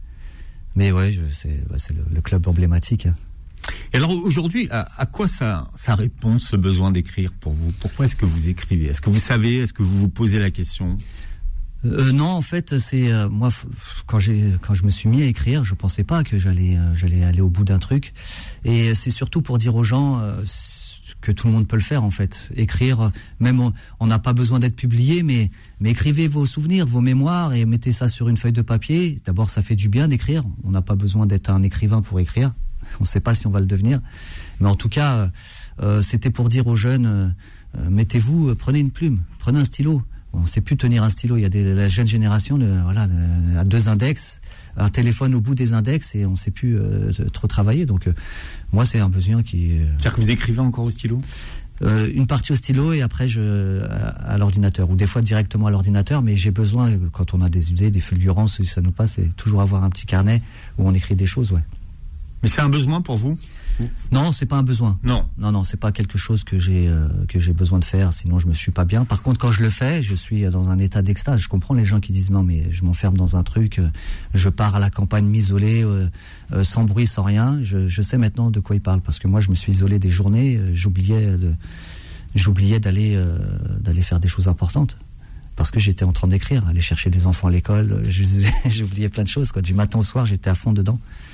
Mais ouais, je, c'est, c'est le, le club emblématique. Et alors aujourd'hui, à, à quoi ça, ça répond ce besoin d'écrire pour vous ? Pourquoi est-ce que vous écrivez ? Est-ce que vous savez ? Est-ce que vous vous posez la question ? euh, Non, en fait, c'est euh, moi quand j'ai quand je me suis mis à écrire, je pensais pas que j'allais euh, j'allais aller au bout d'un truc. Et c'est surtout pour dire aux gens euh, que tout le monde peut le faire en fait. Écrire, même on n'a pas besoin d'être publié, mais mais écrivez vos souvenirs, vos mémoires et mettez ça sur une feuille de papier. D'abord, ça fait du bien d'écrire. On n'a pas besoin d'être un écrivain pour écrire. On ne sait pas si on va le devenir, mais en tout cas, euh, c'était pour dire aux jeunes euh, mettez-vous, euh, prenez une plume, prenez un stylo. On ne sait plus tenir un stylo. Il y a des, la jeune génération, le, voilà, le, à deux index, un téléphone au bout des index et on ne sait plus euh, trop travailler. Donc, euh, moi, c'est un besoin qui. Euh, C'est-à-dire que vous écrivez encore au stylo ? euh, Une partie au stylo et après je à, à l'ordinateur, ou des fois directement à l'ordinateur. Mais j'ai besoin, quand on a des idées, des fulgurances, ça nous passe, c'est toujours avoir un petit carnet où on écrit des choses, ouais. Mais c'est un besoin pour vous ? Non, c'est pas un besoin. Non, non, non, c'est pas quelque chose que j'ai euh, que j'ai besoin de faire. Sinon, je me suis pas bien. Par contre, quand je le fais, je suis dans un état d'extase. Je comprends les gens qui disent non, mais je m'enferme dans un truc. Euh, je pars à la campagne m'isoler, euh, euh, sans bruit, sans rien. Je, je sais maintenant de quoi ils parlent parce que moi, je me suis isolé des journées. Euh, j'oubliais de, j'oubliais d'aller euh, d'aller faire des choses importantes. Parce que j'étais en train d'écrire, aller chercher des enfants à l'école. J'oubliais plein de choses, quoi. Du matin au soir, j'étais à fond dedans.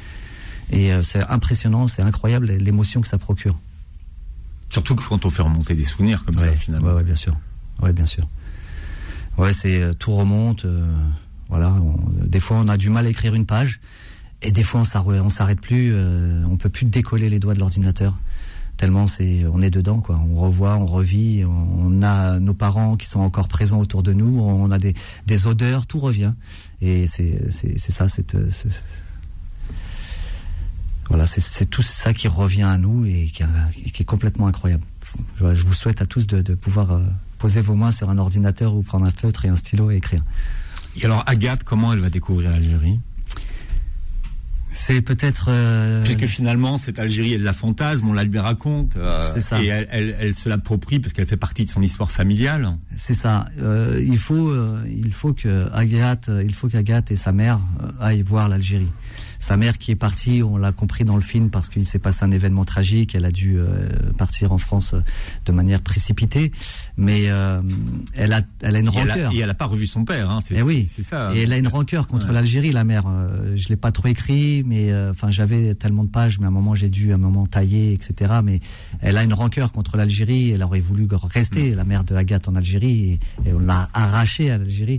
Et euh, c'est impressionnant, c'est incroyable l'émotion que ça procure. Surtout quand on fait remonter des souvenirs comme ouais, ça, finalement. Ouais, ouais, bien sûr. Ouais, bien sûr. Ouais, c'est euh, tout remonte. Euh, voilà. On, des fois, on a du mal à écrire une page, et des fois, on s'arrête, on s'arrête plus. Euh, on peut plus décoller les doigts de l'ordinateur. Tellement c'est, on est dedans, quoi. On revoit, on revit. On, on a nos parents qui sont encore présents autour de nous. On a des, des odeurs, tout revient. Et c'est, c'est, c'est ça, c'est, c'est, c'est Voilà, c'est, c'est tout ça qui revient à nous et qui, qui est complètement incroyable. Je, je vous souhaite à tous de, de pouvoir euh, poser vos mains sur un ordinateur ou prendre un feutre et un stylo et écrire. Et alors Agathe, comment elle va découvrir l'Algérie ? C'est peut-être... Euh... Puisque finalement, cette Algérie, elle la fantasme, on la lui raconte. Euh, c'est ça. Et elle, elle, elle se l'approprie parce qu'elle fait partie de son histoire familiale. C'est ça. Euh, il faut, euh, il faut que Agathe, il faut qu'Agathe et sa mère aillent voir l'Algérie. Sa mère qui est partie, on l'a compris dans le film parce qu'il s'est passé un événement tragique. Elle a dû euh, partir en France de manière précipitée, mais euh, elle a, elle a une rancœur. Et elle n'a pas revu son père. Hein, c'est, et oui, c'est ça. Et elle a une rancœur contre ouais. l'Algérie, la mère. Euh, je l'ai pas trop écrit, mais enfin euh, j'avais tellement de pages, mais à un moment j'ai dû, à un moment tailler, et cetera. Mais elle a une rancœur contre l'Algérie. Elle aurait voulu rester, mmh. la mère de Agathe, en Algérie, et, et on l'a arrachée à l'Algérie.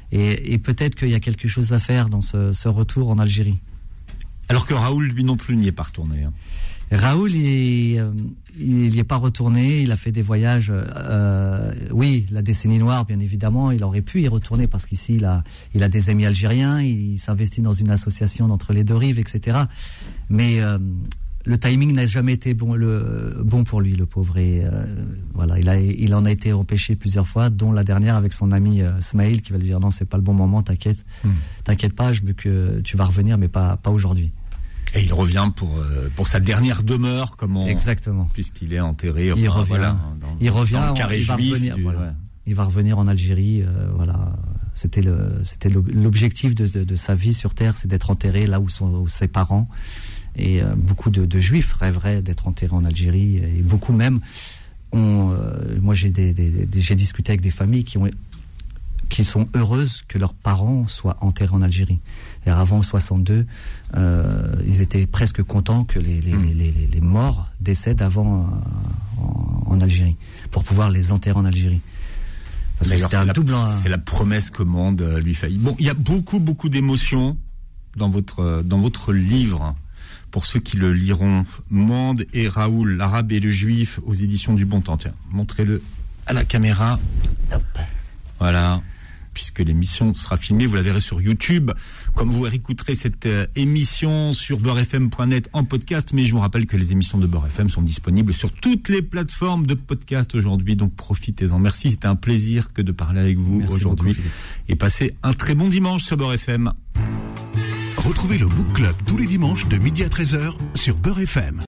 Et, et peut-être qu'il y a quelque chose à faire dans ce, ce retour en Algérie. Alors que Raoul, lui non plus, n'y est pas retourné. Hein. Raoul, il n'y est pas retourné. Il a fait des voyages. Euh, oui, la décennie noire, bien évidemment, il aurait pu y retourner parce qu'ici, il a, il a des amis algériens. Il s'investit dans une association d'entre les deux rives, et cetera. Mais euh, le timing n'a jamais été bon, le, bon pour lui, le pauvre. Et euh, voilà, il, a, il en a été empêché plusieurs fois, dont la dernière avec son ami euh, Smaïl, qui va lui dire non, c'est pas le bon moment, t'inquiète, mmh. t'inquiète pas, je veux que tu vas revenir, mais pas, pas aujourd'hui. Et il revient pour euh, pour sa dernière demeure, comment Exactement. Puisqu'il est enterré. Enfin, il revient. Voilà, dans, il revient. Dans le carré il va juif. Revenir, Du, voilà. ouais. Il va revenir en Algérie. Euh, voilà. C'était le c'était l'objectif de, de, de sa vie sur terre, c'est d'être enterré là où sont où ses parents. Et euh, beaucoup de, de juifs rêveraient d'être enterrés en Algérie. Et beaucoup même ont. Euh, moi, j'ai des, des, des j'ai discuté avec des familles qui ont qui sont heureuses que leurs parents soient enterrés en Algérie. Et avant soixante-deux, euh, ils étaient presque contents que les, les, mmh. les, les, les morts décèdent avant euh, en, en Algérie, pour pouvoir les enterrer en Algérie. Parce que c'était un la, double. C'est la promesse que Mende lui fait. Bon, il y a beaucoup, beaucoup d'émotions dans votre, dans votre livre. Pour ceux qui le liront, Mende et Raoul, l'arabe et le juif, aux éditions du Bon Temps. Tiens, montrez-le à la caméra. Hop. Voilà. Puisque l'émission sera filmée, vous la verrez sur YouTube, comme vous réécouterez cette euh, émission sur beurre f m point net en podcast, mais je vous rappelle que les émissions de Beurre F M sont disponibles sur toutes les plateformes de podcast aujourd'hui, donc profitez-en. Merci, c'était un plaisir que de parler avec vous Merci aujourd'hui beaucoup, et passez un très bon dimanche sur Beurre F M. Retrouvez le Book Club tous les dimanches de midi à treize heures sur Beurre F M.